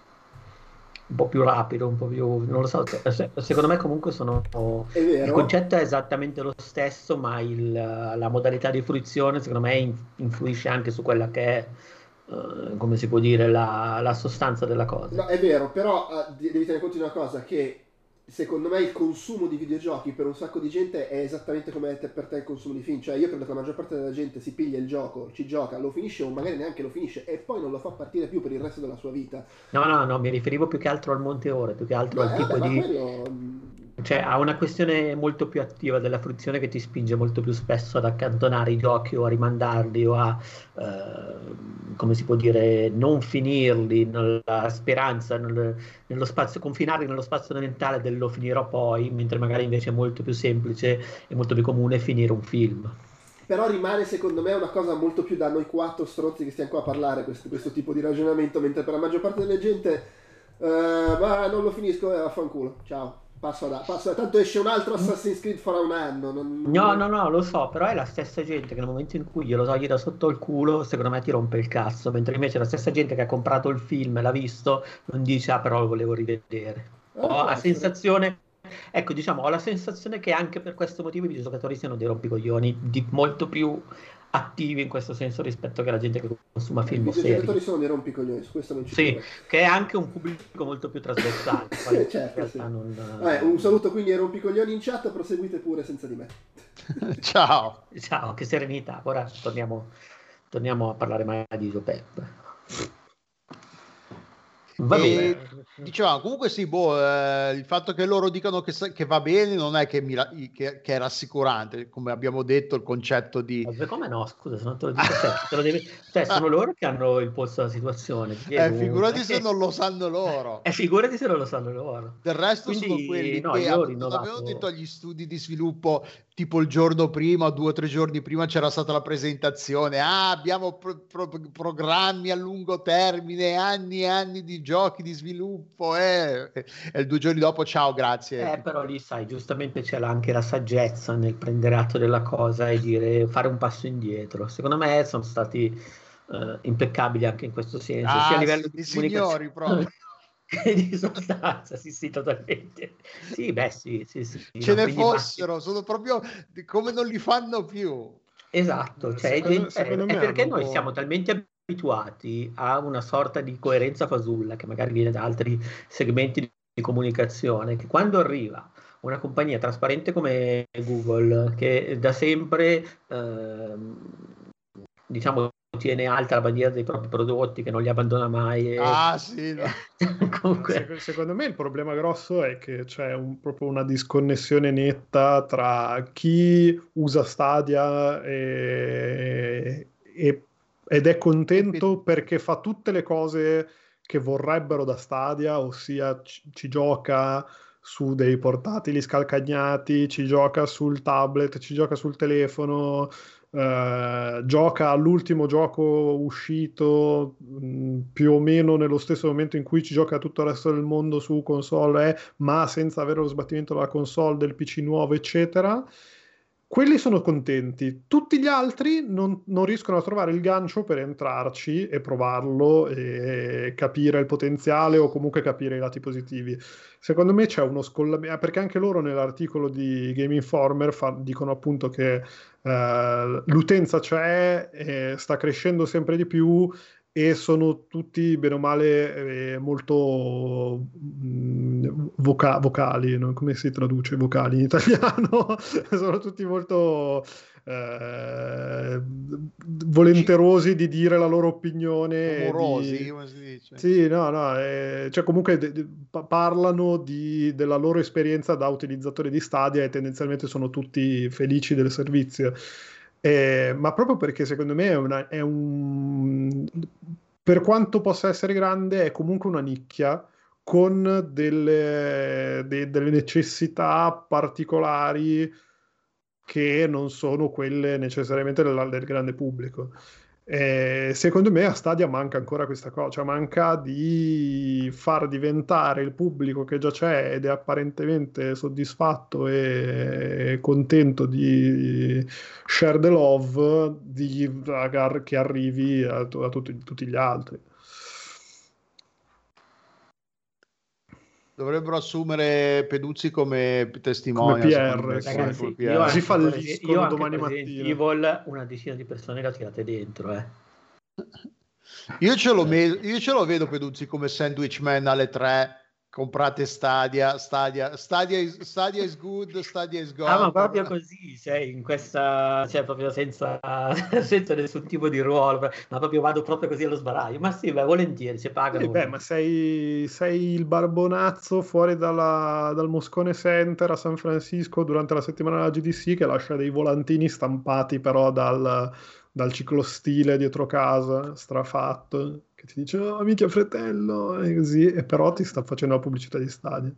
un po' più rapido, un po' più, non lo so, secondo me comunque il concetto è esattamente lo stesso, ma la modalità di fruizione secondo me influisce anche su quella che è, come si può dire, la sostanza della cosa. No, è vero, però devi tenere conto di una cosa, che secondo me il consumo di videogiochi per un sacco di gente è esattamente come per te il consumo di film. Cioè io credo che la maggior parte della gente si piglia il gioco, ci gioca, lo finisce o magari neanche lo finisce e poi non lo fa partire più per il resto della sua vita. No, mi riferivo più che altro al monte ore, più che altro al tipo di... Quello... Cioè ha una questione molto più attiva della fruizione che ti spinge molto più spesso ad accantonare i giochi o a rimandarli o a, come si può dire, non finirli nella speranza, nello spazio, confinarli nello spazio mentale del lo finirò poi, mentre magari invece è molto più semplice e molto più comune finire un film. Però rimane secondo me una cosa molto più da noi 4 stronzi che stiamo qua a parlare, questo tipo di ragionamento, mentre per la maggior parte delle gente ma non lo finisco, vaffanculo, ciao. Passo, tanto esce un altro Assassin's Creed fra un anno. No, lo so, però è la stessa gente che nel momento in cui glielo togli da sotto il culo, secondo me ti rompe il cazzo, mentre invece la stessa gente che ha comprato il film e l'ha visto non dice però lo volevo rivedere. Ho la sensazione, ecco, diciamo, ho la sensazione che anche per questo motivo i videogiocatori siano dei rompicoglioni molto più attivi in questo senso rispetto che la gente che consuma film o serie. I videogiocatori sono dei rompicoglioni, su questo non ci Sì, che è anche un pubblico molto più trasversale. Certo, sì. Un saluto quindi ai rompicoglioni in chat, proseguite pure senza di me. Ciao, che serenità. Ora torniamo a parlare mai di Jopep. Va bene. Dicevamo comunque sì, il fatto che loro dicano che va bene non è che è rassicurante, come abbiamo detto il concetto di come no, scusa, se non te lo dico, sono loro che hanno il polso della situazione. Figurati se non lo sanno loro. Figurati se non lo sanno loro. Del resto sono quelli che avevano detto agli studi di sviluppo tipo il giorno prima, 2 o 3 giorni prima c'era stata la presentazione, abbiamo programmi a lungo termine, anni e anni di giochi di sviluppo e 2 giorni dopo ciao, grazie. Però lì sai, giustamente c'è anche la saggezza nel prendere atto della cosa e fare un passo indietro. Secondo me sono stati impeccabili anche in questo senso, sia a livello di signori proprio. Di sostanza, sì, totalmente. Sì, Ce ne fossero, sono proprio come non li fanno più. Esatto, cioè è perché noi siamo talmente abituati a una sorta di coerenza fasulla che magari viene da altri segmenti di comunicazione, che quando arriva una compagnia trasparente come Google, che da sempre diciamo tiene alta la bandiera dei propri prodotti, che non li abbandona mai. Sì, no. Comunque... Secondo me il problema grosso è che c'è proprio una disconnessione netta tra chi usa Stadia ed è contento perché fa tutte le cose che vorrebbero da Stadia, ossia ci gioca su dei portatili scalcagnati, ci gioca sul tablet, ci gioca sul telefono, gioca all'ultimo gioco uscito più o meno nello stesso momento in cui ci gioca tutto il resto del mondo su console, ma senza avere lo sbattimento della console, del PC nuovo, eccetera. Quelli sono contenti, tutti gli altri non riescono a trovare il gancio per entrarci e provarlo e capire il potenziale o comunque capire i lati positivi. Secondo me c'è uno scollamento, perché anche loro nell'articolo di Game Informer dicono appunto che l'utenza c'è, sta crescendo sempre di più e sono tutti bene o male molto vocali, no? Come si traduce vocali in italiano? Sono tutti molto volenterosi di dire la loro opinione. Amorosi, come si dice? Sì, no, cioè comunque parlano della loro esperienza da utilizzatori di Stadia e tendenzialmente sono tutti felici del servizio. Ma proprio perché secondo me per quanto possa essere grande, è comunque una nicchia con delle necessità particolari che non sono quelle necessariamente del grande pubblico. Secondo me a Stadia manca ancora questa cosa, cioè manca di far diventare il pubblico che già c'è ed è apparentemente soddisfatto e contento di share the love, che arrivi a tutti gli altri. Dovrebbero assumere Peduzzi come testimone. Come PR, sì, Ragazzi, come io PR. Si anche falliscono anche domani Resident mattina. Evil una decina di persone le ho tirate dentro, Io ce lo vedo Peduzzi come Sandwich Man alle 3. Comprate Stadia is good, Stadia is God. ma proprio così, sei in questa, cioè proprio senza nessun tipo di ruolo, ma proprio vado proprio così allo sbaraglio. Ma sì, beh, volentieri, se pagano. Ma sei il barbonazzo fuori dal Moscone Center a San Francisco durante la settimana della GDC che lascia dei volantini stampati però dal ciclostile dietro casa, strafatto, che ti dice oh, minchia fratello, e così, e però ti sta facendo la pubblicità di Stadia.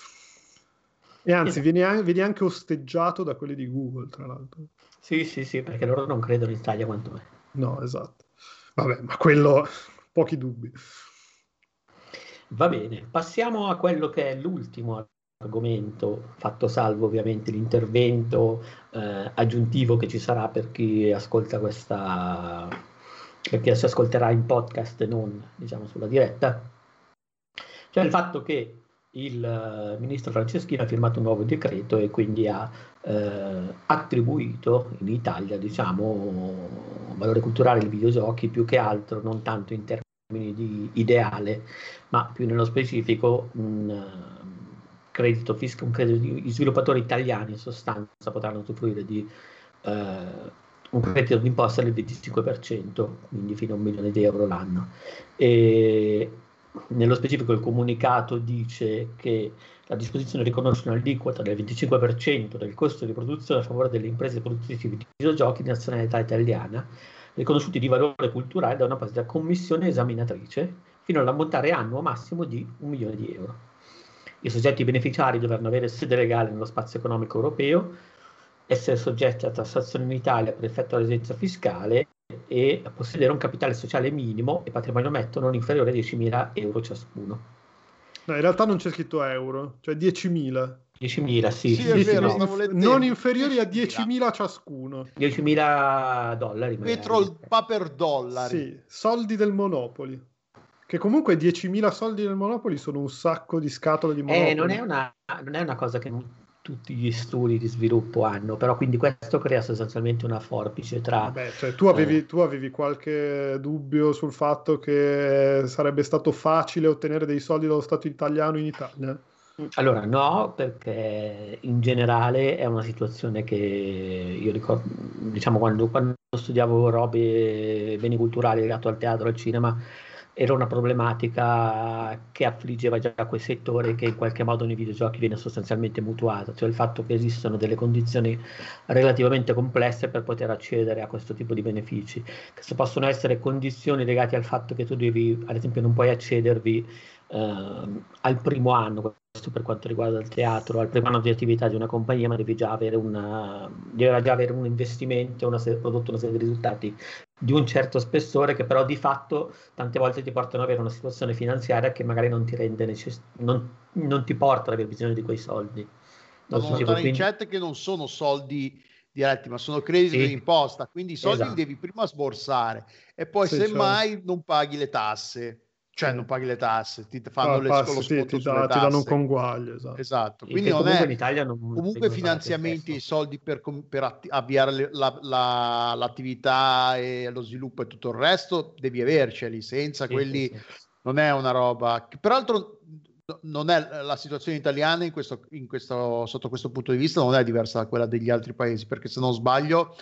E anzi, vieni anche osteggiato da quelli di Google, tra l'altro. Sì, perché loro non credono in Stadia quanto me. No, esatto. Vabbè, ma quello, pochi dubbi. Va bene, passiamo a quello che è l'ultimo argomento, fatto salvo ovviamente l'intervento aggiuntivo che ci sarà per chi ascolta perché si ascolterà in podcast e non, diciamo, sulla diretta. Cioè il fatto che il ministro Franceschini ha firmato un nuovo decreto e quindi ha attribuito in Italia, diciamo, valore culturale ai videogiochi, più che altro non tanto in termini di ideale, ma più nello specifico un credito di sviluppatori italiani in sostanza potranno usufruire di un credito d'imposta del 25%, quindi fino a 1 milione di euro l'anno. E nello specifico il comunicato dice che la disposizione riconosce un'aliquota del 25% del costo di produzione a favore delle imprese produttrici di videogiochi di nazionalità italiana, riconosciuti di valore culturale da un'apposita commissione esaminatrice, fino all'ammontare annuo massimo di 1 milione di euro. I soggetti beneficiari dovranno avere sede legale nello spazio economico europeo, essere soggetti a tassazione in Italia per effetto della residenza fiscale e possedere un capitale sociale minimo e patrimonio netto non inferiore a 10.000 euro ciascuno. No, in realtà non c'è scritto euro, cioè 10.000. 10.000, sì. Sì, è vero, stavo leggendo. Non inferiori a 10.000 ciascuno. 10.000 dollari. Petrol paper dollari. Sì, soldi del Monopoly. Che comunque 10.000 soldi del Monopoly sono un sacco di scatole di Monopoly. Non è una cosa che tutti gli studi di sviluppo hanno, però quindi questo crea sostanzialmente una forbice tra... Vabbè, cioè, tu avevi qualche dubbio sul fatto che sarebbe stato facile ottenere dei soldi dallo Stato italiano in Italia? Allora, no, perché in generale è una situazione che io ricordo, diciamo, quando studiavo beni culturali legati al teatro e al cinema, era una problematica che affliggeva già quei settori che in qualche modo nei videogiochi viene sostanzialmente mutuata, cioè il fatto che esistono delle condizioni relativamente complesse per poter accedere a questo tipo di benefici, che possono essere condizioni legate al fatto che tu devi, ad esempio, non puoi accedervi al primo anno, questo per quanto riguarda il teatro, al primo anno di attività di una compagnia, ma devi già avere un investimento, prodotto una serie di risultati di un certo spessore, che però di fatto tante volte ti portano ad avere una situazione finanziaria che magari non ti rende non ti porta ad avere bisogno di quei soldi. Devo notare in chat che non sono soldi diretti, ma sono crediti d'imposta, quindi i soldi li devi prima sborsare e poi semmai non paghi le tasse. cioè Sì. non paghi le tasse, ti fanno lo Sì, sconto ti sulle danno un tasse. conguaglio, esatto. Esatto, E quindi che non comunque in è Italia non comunque vengono pagati finanziamenti, spesso. soldi per avviare l'attività e lo sviluppo e tutto il resto, devi averceli, senza Sì, quelli sì. non è una roba che, peraltro non è la situazione italiana sotto questo punto di vista non è diversa da quella degli altri paesi, perché se non sbaglio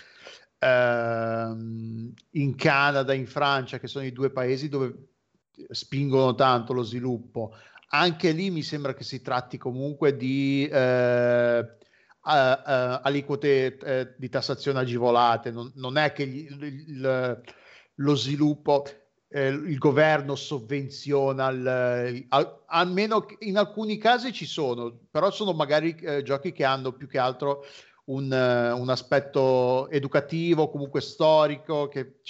in Canada, in Francia, che sono i due paesi dove spingono tanto lo sviluppo, anche lì mi sembra che si tratti comunque di aliquote di tassazione agevolate, non è che lo sviluppo, il governo sovvenziona, almeno in alcuni casi ci sono, però sono magari giochi che hanno più che altro un aspetto educativo, comunque storico,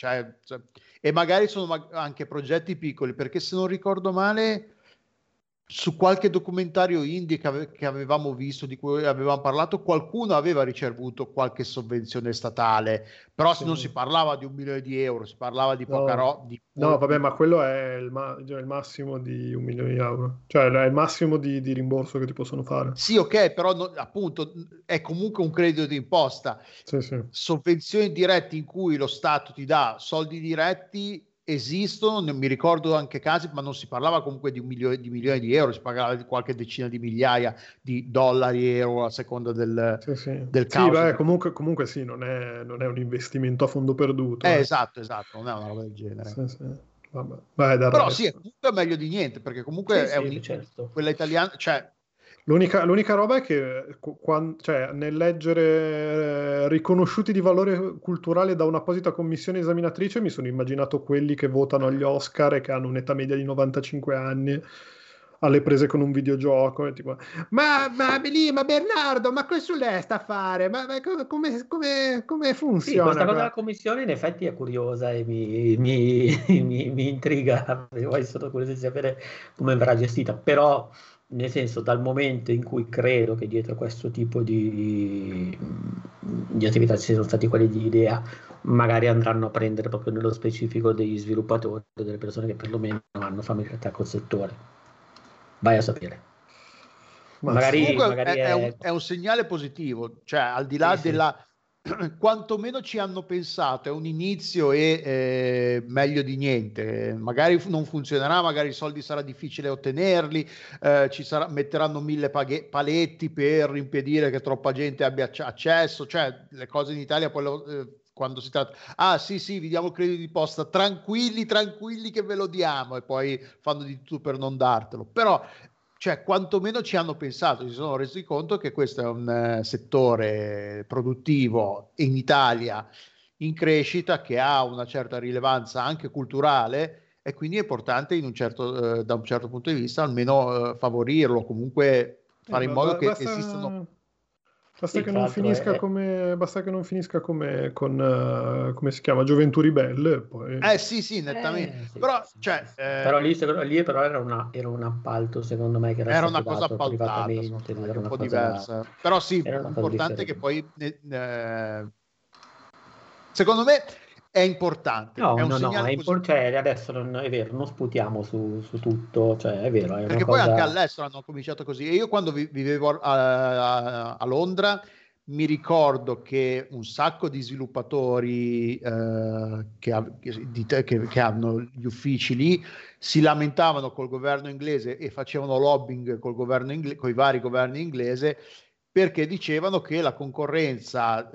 e magari sono anche progetti piccoli, perché se non ricordo male, su qualche documentario indie che avevamo visto, di cui avevamo parlato, qualcuno aveva ricevuto qualche sovvenzione statale, però Sì. non si parlava di 1 milione di euro, si parlava di poca roba. No, vabbè, ma quello è il massimo di 1 milione di euro. Cioè, è il massimo di rimborso che ti possono fare. Sì, ok, però appunto è comunque un credito d'imposta. Sì, sì. Sovvenzioni dirette in cui lo Stato ti dà soldi diretti esistono, non mi ricordo anche casi, ma non si parlava comunque di milioni di euro, si parlava di qualche decina di migliaia di dollari, euro, a seconda del Sì, caso. beh, comunque sì, non è un investimento a fondo perduto. Esatto, non è una roba del genere. Sì. Vabbè. Vai, dal Però resto. sì, è meglio di niente, perché comunque Sì, certo. quella italiana, cioè L'unica roba è che cioè, nel leggere riconosciuti di valore culturale da un'apposita commissione esaminatrice mi sono immaginato quelli che votano agli Oscar e che hanno un'età media di 95 anni alle prese con un videogioco e tipo ma Bernardo, ma questo lei sta a fare? Ma come funziona? Sì, questa cosa qua? della commissione in effetti è curiosa e mi intriga, poi sono curioso di sapere come verrà gestita, però nel senso dal momento in cui credo che dietro questo tipo di attività ci siano stati quelli di idea, magari andranno a prendere proprio nello specifico degli sviluppatori, delle persone che perlomeno hanno familiarità col settore. Vai a sapere. Ma Magari è un segnale positivo, cioè al di là Sì. della quantomeno ci hanno pensato, è un inizio e meglio di niente. Magari non funzionerà, magari i soldi sarà difficile ottenerli, metteranno 1000 paletti per impedire che troppa gente abbia accesso, cioè le cose in Italia poi quando si tratta, sì, vi diamo il credito di posta, tranquilli che ve lo diamo, e poi fanno di tutto per non dartelo, però cioè quantomeno ci hanno pensato, si sono resi conto che questo è un settore produttivo in Italia in crescita, che ha una certa rilevanza anche culturale, e quindi è importante da un certo punto di vista almeno favorirlo, comunque fare in modo che esistano. Basta Sì, che tra non l'altro finisca come con come si chiama Gioventù Ribelle e poi Sì, nettamente. Sì. Però, Però lì però era un appalto, secondo me, che era era stato una cosa dato appaltata, privatamente, che è era un una po' cosa, diversa. Però sì, era una cosa l'importante è che differente. poi secondo me è importante, è un No, segnale positivo. cioè, adesso non è vero, non sputiamo su tutto, cioè è vero, è una Perché poi anche cosa. all'estero hanno cominciato così. E io quando vivevo a Londra mi ricordo che un sacco di sviluppatori che hanno gli uffici lì si lamentavano col governo inglese e facevano lobbying col governo con i vari governi inglesi, perché dicevano che la concorrenza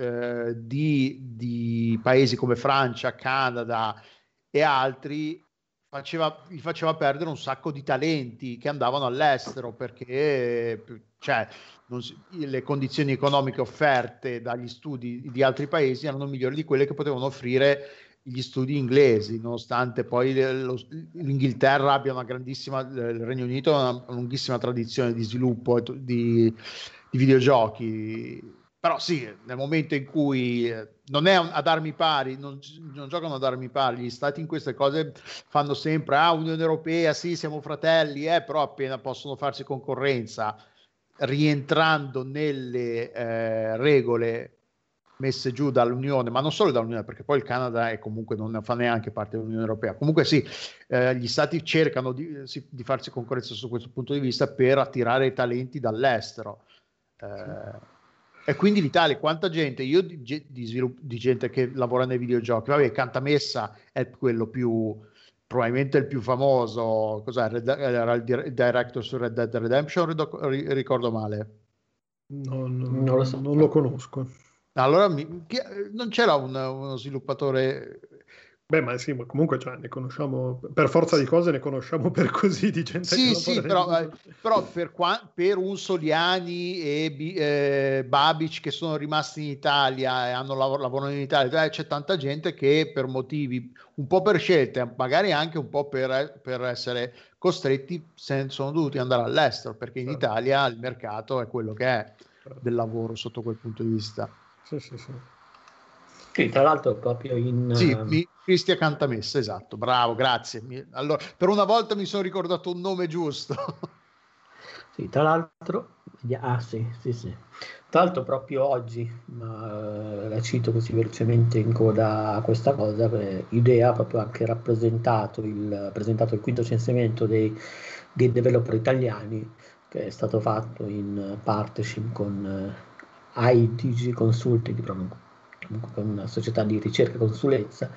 di paesi come Francia, Canada e altri gli faceva perdere un sacco di talenti che andavano all'estero, perché cioè, le condizioni economiche offerte dagli studi di altri paesi erano migliori di quelle che potevano offrire gli studi inglesi, nonostante poi l'Inghilterra abbia il Regno Unito ha una lunghissima tradizione di sviluppo di videogiochi. Però sì, nel momento in cui non è ad armi pari, non giocano ad armi pari, gli stati in queste cose fanno sempre Unione Europea, sì, siamo fratelli, però appena possono farsi concorrenza rientrando nelle regole messe giù dall'Unione, ma non solo dall'Unione, perché poi il Canada è comunque non fa neanche parte dell'Unione Europea. Comunque sì, gli stati cercano di farsi concorrenza su questo punto di vista per attirare talenti dall'estero. E quindi l'Italia, quanta gente, io di gente che lavora nei videogiochi, vabbè, Cantamessa è quello più, probabilmente il più famoso, cos'è? Era il director su Red Dead Redemption, ricordo male? Non lo so. Non lo conosco. Allora, non c'era uno sviluppatore... Beh, ma sì, ma comunque cioè, ne conosciamo, per forza di cose ne conosciamo per così di gente Sì, che sì, lavora nei però per un Soliani e Babic che sono rimasti in Italia e lavorano in Italia, c'è tanta gente che per motivi, un po' per scelte, magari anche un po' per essere costretti, sono dovuti andare all'estero, perché in Certo. Italia il mercato è quello che è Certo. del lavoro sotto quel punto di vista. Sì, sì, sì. Sì, tra l'altro proprio in... Sì, Cristian Cantamessa, esatto, bravo, grazie. Allora, per una volta mi sono ricordato un nome giusto. Sì, tra l'altro... sì. Tra l'altro proprio oggi, ma la cito così velocemente in coda a questa cosa, Idea ha proprio anche presentato il quinto censimento dei game developer italiani, che è stato fatto in partnership con IDG Consulting, comunque con una società di ricerca e consulenza.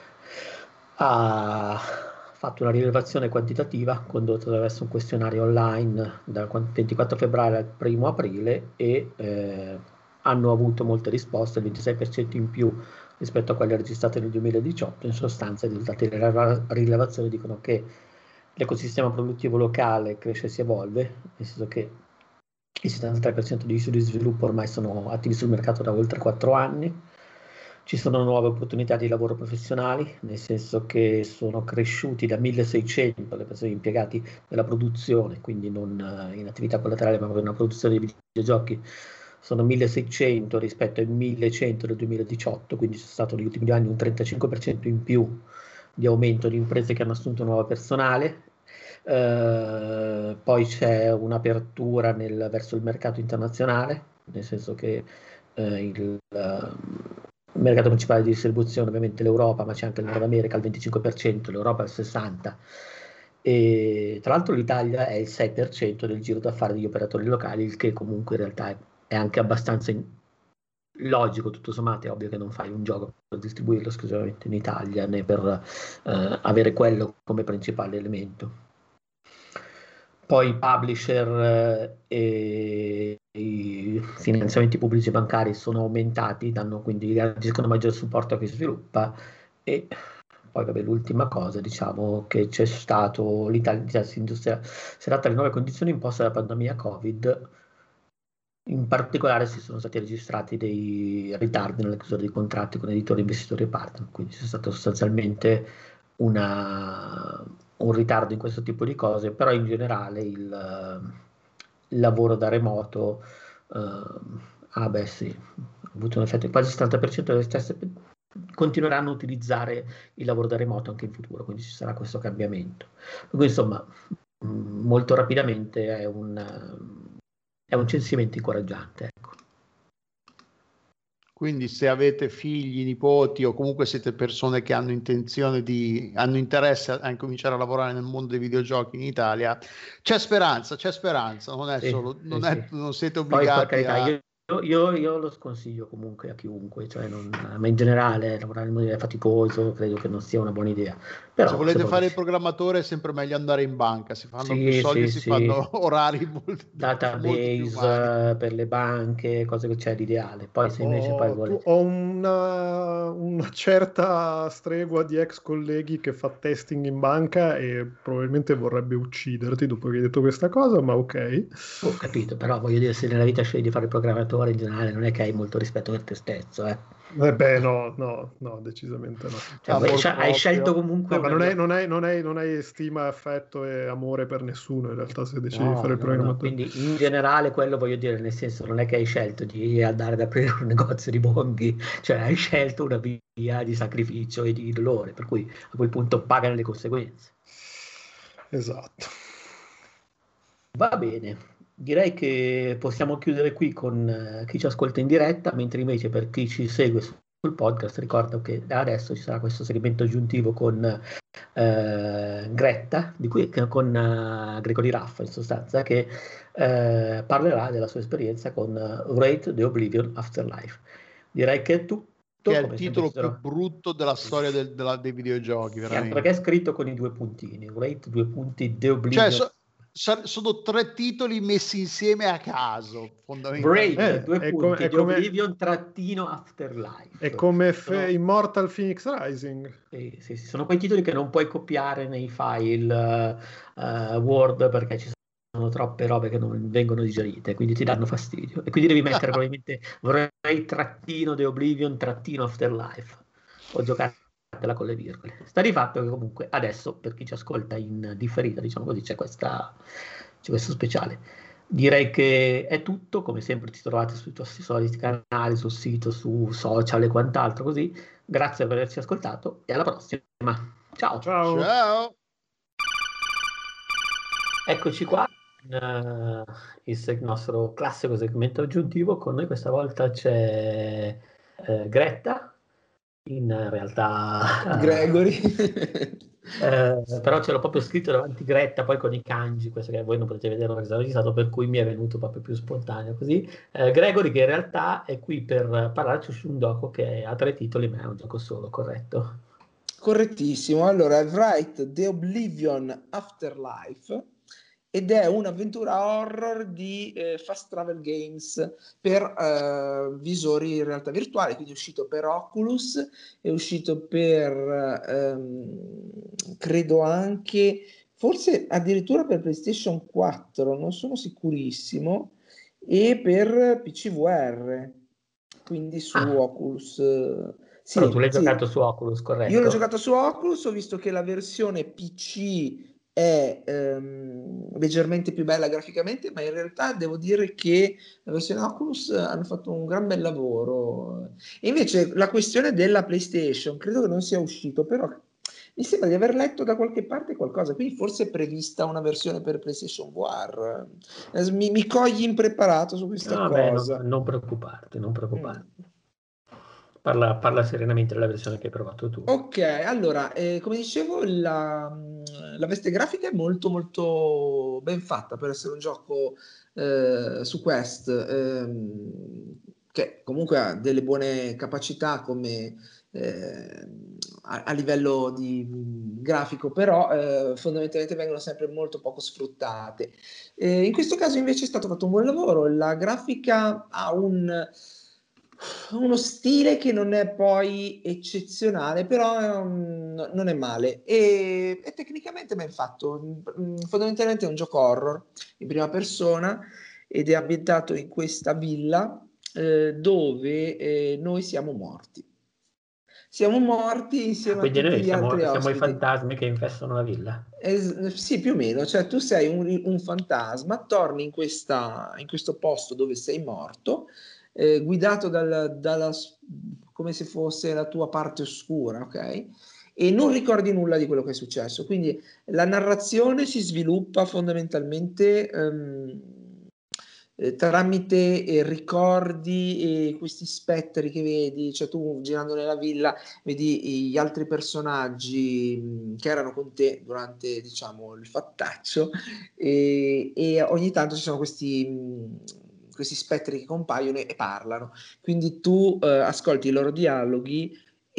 Ha fatto una rilevazione quantitativa condotta attraverso un questionario online dal 24 febbraio al 1 aprile e hanno avuto molte risposte, il 26% in più rispetto a quelle registrate nel 2018. In sostanza i risultati della rilevazione dicono che l'ecosistema produttivo locale cresce e si evolve, nel senso che il 73% degli studi di sviluppo ormai sono attivi sul mercato da oltre 4 anni. Ci sono nuove opportunità di lavoro professionali, nel senso che sono cresciuti da 1600 le persone impiegate nella produzione, quindi non in attività collaterale, ma proprio nella produzione di videogiochi. Sono 1600 rispetto ai 1100 del 2018, quindi c'è stato negli ultimi 2 anni un 35% in più di aumento di imprese che hanno assunto nuovo personale. Poi c'è un'apertura verso il mercato internazionale, nel senso che il mercato principale di distribuzione ovviamente l'Europa, ma c'è anche il Nord America al 25%, l'Europa al 60%, e tra l'altro l'Italia è il 6% del giro d'affari degli operatori locali, il che comunque in realtà è anche abbastanza logico, tutto sommato. È ovvio che non fai un gioco per distribuirlo esclusivamente in Italia, né per avere quello come principale elemento. Poi i publisher e i finanziamenti pubblici bancari sono aumentati, quindi garantiscono maggior supporto a chi sviluppa. E poi vabbè, l'ultima cosa, diciamo che c'è stato l'Italia si è adatta alle nuove condizioni imposte dalla pandemia Covid. In particolare si sono stati registrati dei ritardi nella chiusura dei contratti con editori, investitori e partner, quindi c'è stato sostanzialmente un ritardo in questo tipo di cose, però in generale il lavoro da remoto ha avuto un effetto. Quasi il 70% delle stesse continueranno a utilizzare il lavoro da remoto anche in futuro, quindi ci sarà questo cambiamento. Quindi insomma, molto rapidamente è un censimento incoraggiante, ecco. Quindi se avete figli, nipoti o comunque siete persone che hanno interesse a incominciare a lavorare nel mondo dei videogiochi in Italia, c'è speranza, non è Sì, solo, sì, non sì. siete Poi per obbligati carità, a... io lo sconsiglio comunque a chiunque, cioè ma in generale lavorare nel mondo è faticoso, credo che non sia una buona idea. Però Se volete fare il programmatore è sempre meglio andare in banca, si fanno più soldi, si fanno orari molto più umani. database per le banche, cose che c'è l'ideale. Poi se invece poi vuole... Ho una certa stregua di ex colleghi che fa testing in banca e probabilmente vorrebbe ucciderti dopo che hai detto questa cosa, ma ok. Ho capito, però voglio dire, se nella vita scegli di fare il programmatore in generale non è che hai molto rispetto per te stesso, eh. Beh, no, decisamente no. Cioè, Amor hai scelto proprio. comunque No, ma una... non hai stima, affetto e amore per nessuno in realtà se decidi di fare il No, programmatore. quindi in generale quello voglio dire, nel senso non è che hai scelto di andare ad aprire un negozio di bonghi, cioè hai scelto una via di sacrificio e di dolore, per cui a quel punto pagano le conseguenze. Esatto. Va bene, direi che possiamo chiudere qui con chi ci ascolta in diretta, mentre invece per chi ci segue sul podcast ricordo che da adesso ci sarà questo segmento aggiuntivo con Gretta, con Gregory Raffa in sostanza, che parlerà della sua esperienza con Wraith the Oblivion Afterlife. Direi che è tutto. Che è il come titolo sempre più brutto della storia dei videogiochi, anche veramente. perché è scritto con i 2 puntini, Wraith 2 punti The Oblivion. Cioè, sono 3 titoli messi insieme a caso, fondamentalmente. Wraith 2 punti è The come- Oblivion trattino Afterlife. È come Sono- Immortal Phoenix Rising. sì, sono quei titoli che non puoi copiare nei file Word perché ci sono troppe robe che non vengono digerite, quindi ti danno fastidio. E quindi devi mettere probabilmente Wraith trattino The Oblivion trattino Afterlife o giocartela con le virgole. Sta di fatto che comunque adesso, per chi ci ascolta in differita, diciamo così, c'è questo speciale. Direi che è tutto, come sempre ci trovate sui nostri soliti canali, sul sito, su social e quant'altro così. Grazie per averci ascoltato e alla prossima. Ciao. Ciao. Eccoci qua, il nostro classico segmento aggiuntivo. Con noi questa volta c'è Gretta, in realtà Gregory. però ce l'ho proprio scritto davanti Gretta, poi con i kanji, questo che voi non potete vedere perché sono registrato, per cui mi è venuto proprio più spontaneo così. Gregory, che in realtà è qui per parlarci su un gioco che ha 3 titoli ma è un gioco solo, corretto? Correttissimo. Allora, è Wraith the Oblivion Afterlife ed è un'avventura horror di Fast Travel Games per visori in realtà virtuale, quindi è uscito per Oculus, è uscito per credo anche, forse addirittura per PlayStation 4, non sono sicurissimo, e per PCVR, quindi su Oculus. Sì, Però tu l'hai sì. giocato su Oculus, corretto? Io l'ho giocato su Oculus, ho visto che la versione PC è leggermente più bella graficamente, ma in realtà devo dire che la versione Oculus hanno fatto un gran bel lavoro. E invece la questione della PlayStation credo che non sia uscito, però mi sembra di aver letto da qualche parte qualcosa, quindi forse è prevista una versione per PlayStation VR. Mi cogli impreparato su questa cosa. Non preoccuparti, non preoccuparti. Parla serenamente della versione che hai provato tu. Ok, allora, come dicevo, la veste grafica è molto molto ben fatta per essere un gioco su Quest, che comunque ha delle buone capacità come a livello di grafico, però fondamentalmente vengono sempre molto poco sfruttate. In questo caso invece è stato fatto un buon lavoro, la grafica ha uno stile che non è poi eccezionale, però non è male e tecnicamente ben fatto. Fondamentalmente è un gioco horror in prima persona ed è ambientato in questa villa dove noi siamo morti. Siamo morti insieme a Quindi tutti noi gli altri siamo i ospiti. fantasmi che infestano la villa. Sì, più o meno, cioè tu sei un fantasma, torni in questo posto dove sei morto, guidato come se fosse la tua parte oscura, ok? E non ricordi nulla di quello che è successo. Quindi la narrazione si sviluppa fondamentalmente tramite ricordi e questi spettri che vedi, cioè tu girando nella villa vedi gli altri personaggi che erano con te durante, diciamo, il fattaccio e ogni tanto ci sono questi spettri che compaiono e parlano, quindi tu ascolti i loro dialoghi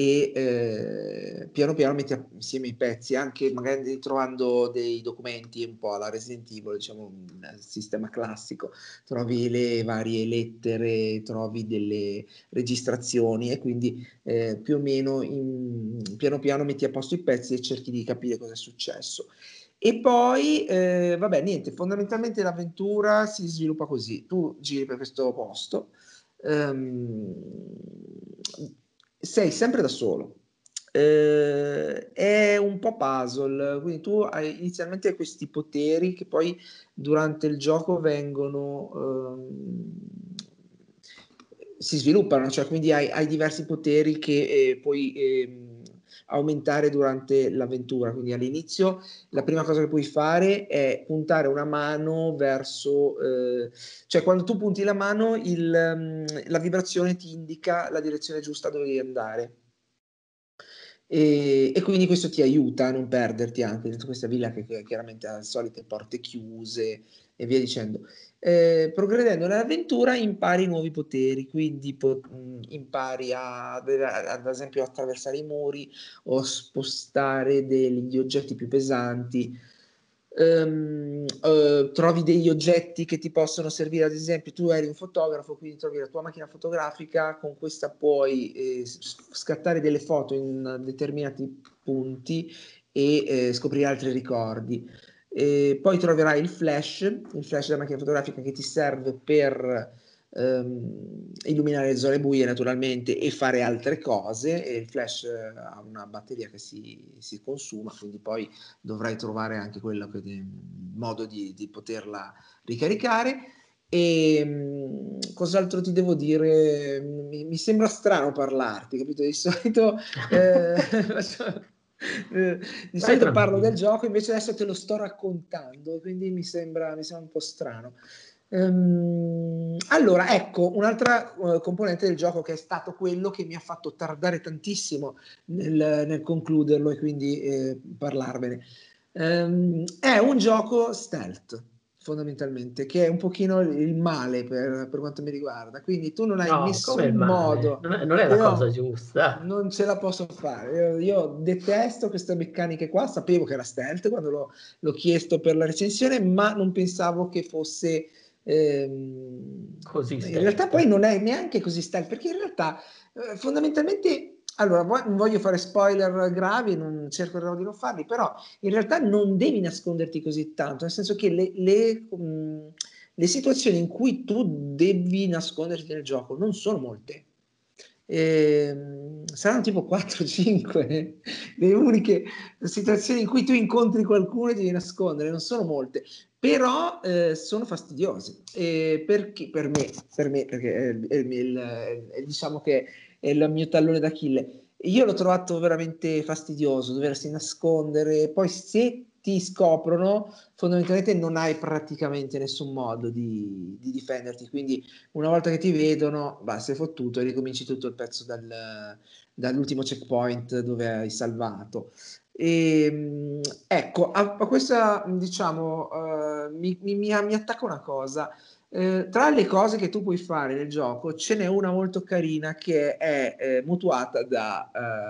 e piano piano metti insieme i pezzi, anche magari trovando dei documenti un po' alla Resident Evil, diciamo un sistema classico, trovi le varie lettere, trovi delle registrazioni e quindi più o meno piano piano metti a posto i pezzi e cerchi di capire cosa è successo. E poi, vabbè, niente, fondamentalmente l'avventura si sviluppa così, tu giri per questo posto, sei sempre da solo, è un po' puzzle, quindi tu hai inizialmente questi poteri che poi durante il gioco si sviluppano, cioè quindi hai diversi poteri che poi aumentare durante l'avventura. Quindi all'inizio la prima cosa che puoi fare è puntare una mano verso, cioè quando tu punti la mano la vibrazione ti indica la direzione giusta dove devi andare. E quindi questo ti aiuta a non perderti anche dentro questa villa che chiaramente ha le solite porte chiuse e via dicendo. Progredendo nell'avventura impari nuovi poteri, quindi impari ad esempio a attraversare i muri o spostare degli oggetti più pesanti. Trovi degli oggetti che ti possono servire, ad esempio tu eri un fotografo, quindi trovi la tua macchina fotografica, con questa puoi scattare delle foto in determinati punti e scoprire altri ricordi. Poi troverai il flash della macchina fotografica che ti serve per illuminare le zone buie naturalmente e fare altre cose, e il flash ha una batteria che si consuma, quindi poi dovrai trovare anche quello modo di poterla ricaricare. E cos'altro ti devo dire? Mi sembra strano parlarti, capito? Di solito di solito parlo del gioco, invece adesso te lo sto raccontando, quindi mi sembra un po' strano. Allora, ecco, un'altra componente del gioco che è stato quello che mi ha fatto tardare tantissimo nel concluderlo e quindi parlarvene. È un gioco stealth, fondamentalmente, che è un pochino il male per quanto mi riguarda. Quindi tu non hai nessun modo. Non è la cosa giusta. Non ce la posso fare. Io detesto queste meccaniche qua. Sapevo che era stealth quando l'ho chiesto per la recensione, ma non pensavo che fosse così stealth. In realtà poi non è neanche così stealth, perché in realtà fondamentalmente, allora non voglio fare spoiler gravi, non cercherò di non farli, però in realtà non devi nasconderti così tanto, nel senso che le situazioni in cui tu devi nasconderti nel gioco non sono molte. Saranno tipo 4-5 le uniche situazioni in cui tu incontri qualcuno e devi nascondere, non sono molte, però sono fastidiose perché per me perché diciamo che è il mio tallone d'Achille. Io l'ho trovato veramente fastidioso doversi nascondere, poi se ti scoprono fondamentalmente non hai praticamente nessun modo di difenderti, quindi una volta che ti vedono, sei fottuto e ricominci tutto il pezzo dall'ultimo checkpoint dove hai salvato. E, ecco, a questa diciamo mi attacca una cosa. Tra le cose che tu puoi fare nel gioco ce n'è una molto carina che è mutuata da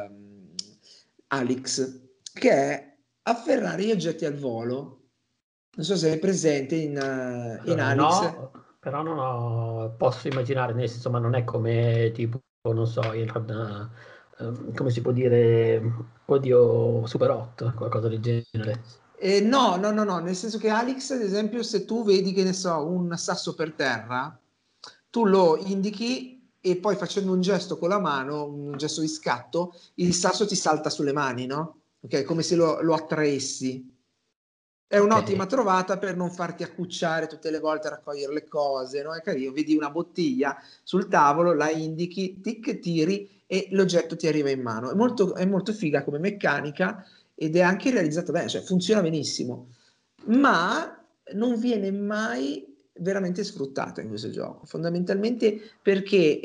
Alex, che è afferrare gli oggetti al volo. Non so se è presente in Alex. No, però non ho, posso immaginare, nel senso, ma non è come tipo, non so, come si può dire, oddio, Super 8, qualcosa del genere. No, nel senso che Alex, ad esempio, se tu vedi, che ne so, un sasso per terra, tu lo indichi e poi facendo un gesto con la mano, un gesto di scatto, il sasso ti salta sulle mani, no? Ok, come se lo attraessi. È un'ottima trovata per non farti accucciare tutte le volte a raccogliere le cose, no? È carino, vedi una bottiglia sul tavolo, la indichi, tic, tiri e l'oggetto ti arriva in mano. È molto figa come meccanica ed è anche realizzata bene, cioè funziona benissimo, ma non viene mai veramente sfruttata in questo gioco, fondamentalmente perché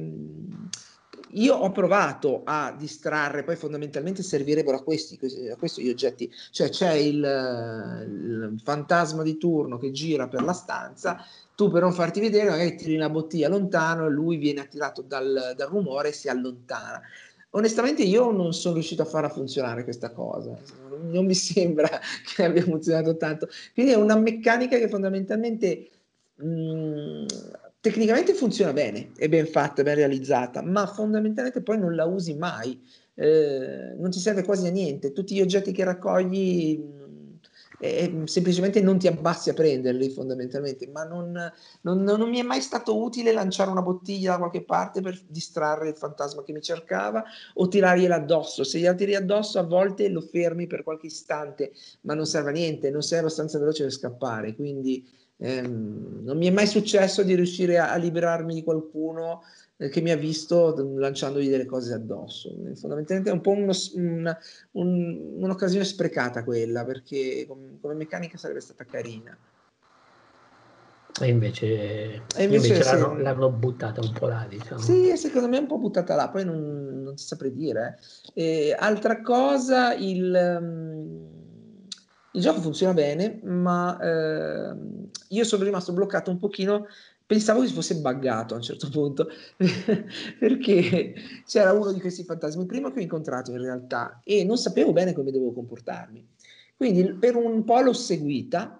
io ho provato a distrarre, poi fondamentalmente servirebbero a questi gli oggetti, cioè c'è il fantasma di turno che gira per la stanza, tu per non farti vedere magari tiri una bottiglia lontano e lui viene attirato dal rumore e si allontana. Onestamente io non sono riuscito a farla funzionare questa cosa, non mi sembra che abbia funzionato tanto, quindi è una meccanica che fondamentalmente tecnicamente funziona bene, è ben fatta, è ben realizzata, ma fondamentalmente poi non la usi mai, non ti serve quasi a niente, tutti gli oggetti che raccogli semplicemente non ti abbassi a prenderli fondamentalmente, ma non mi è mai stato utile lanciare una bottiglia da qualche parte per distrarre il fantasma che mi cercava o tirargliela addosso. Se gliela tiri addosso a volte lo fermi per qualche istante, ma non serve a niente, non sei abbastanza veloce per scappare, quindi Non mi è mai successo di riuscire a liberarmi di qualcuno che mi ha visto lanciandogli delle cose addosso. Fondamentalmente è un po' un'occasione sprecata quella, perché come meccanica sarebbe stata carina. E invece sì. l'hanno buttata un po' là, diciamo. Sì, secondo me è un po' buttata là, poi non ti saprei dire. Altra cosa, il gioco funziona bene, ma io sono rimasto bloccato un pochino, pensavo che si fosse buggato a un certo punto, perché c'era uno di questi fantasmi, prima che ho incontrato in realtà, e non sapevo bene come dovevo comportarmi. Quindi per un po' l'ho seguita,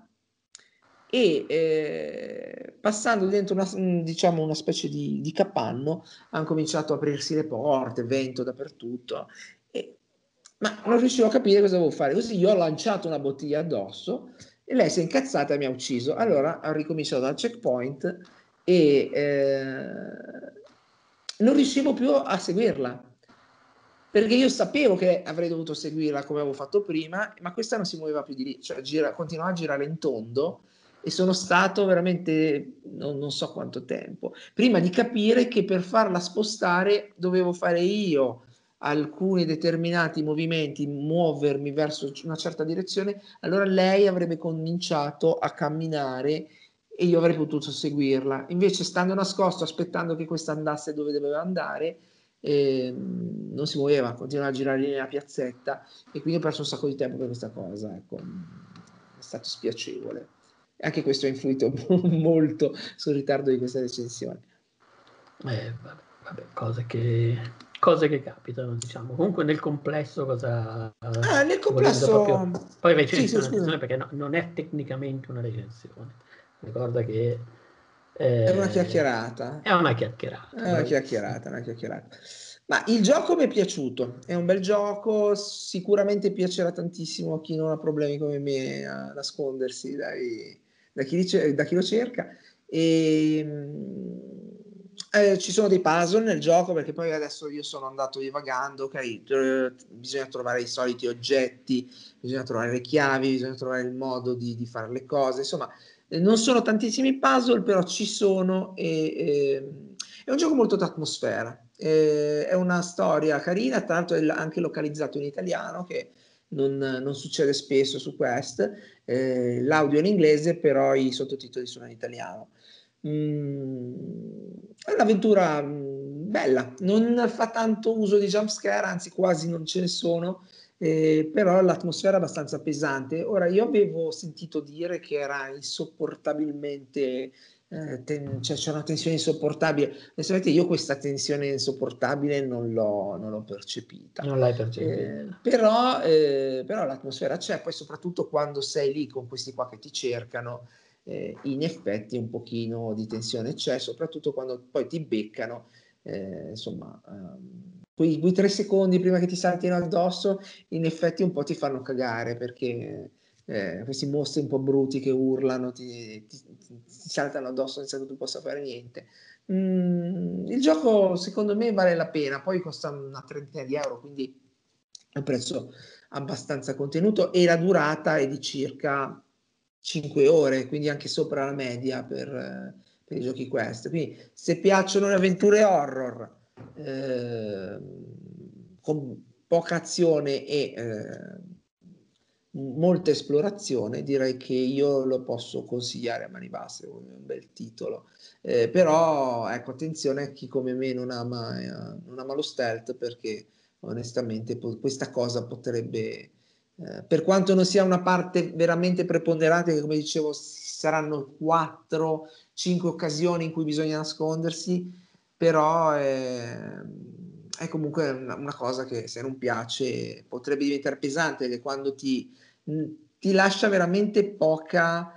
e passando dentro diciamo una specie di capanno hanno cominciato a aprirsi le porte, vento dappertutto, ma non riuscivo a capire cosa dovevo fare, così io ho lanciato una bottiglia addosso e lei si è incazzata e mi ha ucciso. Allora ho ricominciato dal checkpoint e non riuscivo più a seguirla, perché io sapevo che avrei dovuto seguirla come avevo fatto prima, ma questa non si muoveva più di lì, cioè continuava a girare in tondo, e sono stato veramente non so quanto tempo prima di capire che per farla spostare dovevo fare io alcuni determinati movimenti, muovermi verso una certa direzione, allora lei avrebbe cominciato a camminare e io avrei potuto seguirla. Invece, stando nascosto, aspettando che questa andasse dove doveva andare, non si muoveva, continuava a girare lì nella piazzetta, e quindi ho perso un sacco di tempo per questa cosa. Ecco, è stato spiacevole. Anche questo ha influito molto sul ritardo di questa recensione. Vabbè, cose che capitano, diciamo. Comunque nel complesso nel complesso proprio... Poi recensione, recensione perché non è tecnicamente una recensione. Ricorda che è una chiacchierata. È una chiacchierata. Ma il gioco mi è piaciuto, è un bel gioco, sicuramente piacerà tantissimo a chi non ha problemi come me a nascondersi da chi lo cerca. Ci sono dei puzzle nel gioco, perché poi adesso io sono andato divagando, ok, bisogna trovare i soliti oggetti, bisogna trovare le chiavi, bisogna trovare il modo di fare le cose, insomma non sono tantissimi puzzle, però ci sono, è un gioco molto d'atmosfera, è una storia carina, tra l'altro è anche localizzato in italiano, che non succede spesso su Quest, l'audio è in inglese, però i sottotitoli sono in italiano. È un'avventura bella, non fa tanto uso di jumpscare, anzi quasi non ce ne sono, però l'atmosfera è abbastanza pesante. Ora, io avevo sentito dire che era insopportabilmente, cioè c'è una tensione insopportabile. Onestamente io questa tensione insopportabile non l'ho percepita. Non l'hai percepita. Però l'atmosfera c'è, poi soprattutto quando sei lì con questi qua che ti cercano, in effetti un pochino di tensione c'è, soprattutto quando poi ti beccano, insomma... quei 3 secondi prima che ti saltino addosso, in effetti un po' ti fanno cagare, perché questi mostri un po' bruti che urlano ti saltano addosso senza che tu possa fare niente. Il gioco secondo me vale la pena, poi costa una trentina di euro, quindi è un prezzo abbastanza contenuto, e la durata è di circa 5 ore, quindi anche sopra la media per i giochi Quest. Quindi se piacciono le avventure horror, con poca azione e molta esplorazione, direi che io lo posso consigliare a mani basse, come un bel titolo. Però ecco, attenzione a chi come me non ama lo stealth, perché onestamente questa cosa potrebbe, per quanto non sia una parte veramente preponderante, che come dicevo saranno 4-5 occasioni in cui bisogna nascondersi, però è comunque una cosa che, se non piace, potrebbe diventare pesante, che quando ti lascia veramente poca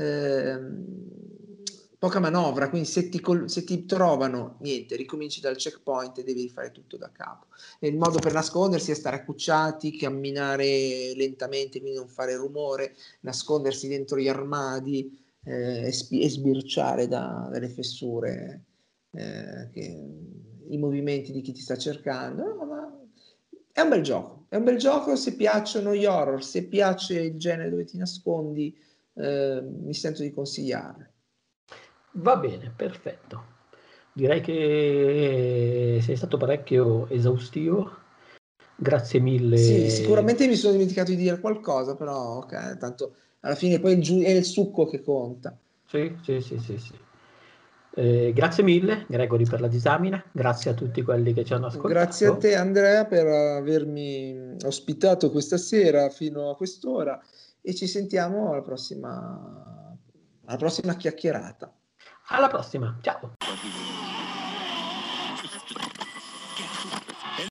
manovra, quindi se ti trovano, niente, ricominci dal checkpoint e devi fare tutto da capo. E il modo per nascondersi è stare accucciati, camminare lentamente, quindi non fare rumore, nascondersi dentro gli armadi, e sbirciare dalle fessure i movimenti di chi ti sta cercando. No, ma è un bel gioco, se piacciono gli horror, se piace il genere dove ti nascondi, mi sento di consigliarlo. Va bene, perfetto. Direi che sei stato parecchio esaustivo. Grazie mille. Sì, sicuramente mi sono dimenticato di dire qualcosa, però ok, tanto alla fine poi è il succo che conta. Sì. Grazie mille, Gregory, per la disamina. Grazie a tutti quelli che ci hanno ascoltato. Grazie a te, Andrea, per avermi ospitato questa sera fino a quest'ora e ci sentiamo alla prossima chiacchierata. Alla prossima, ciao.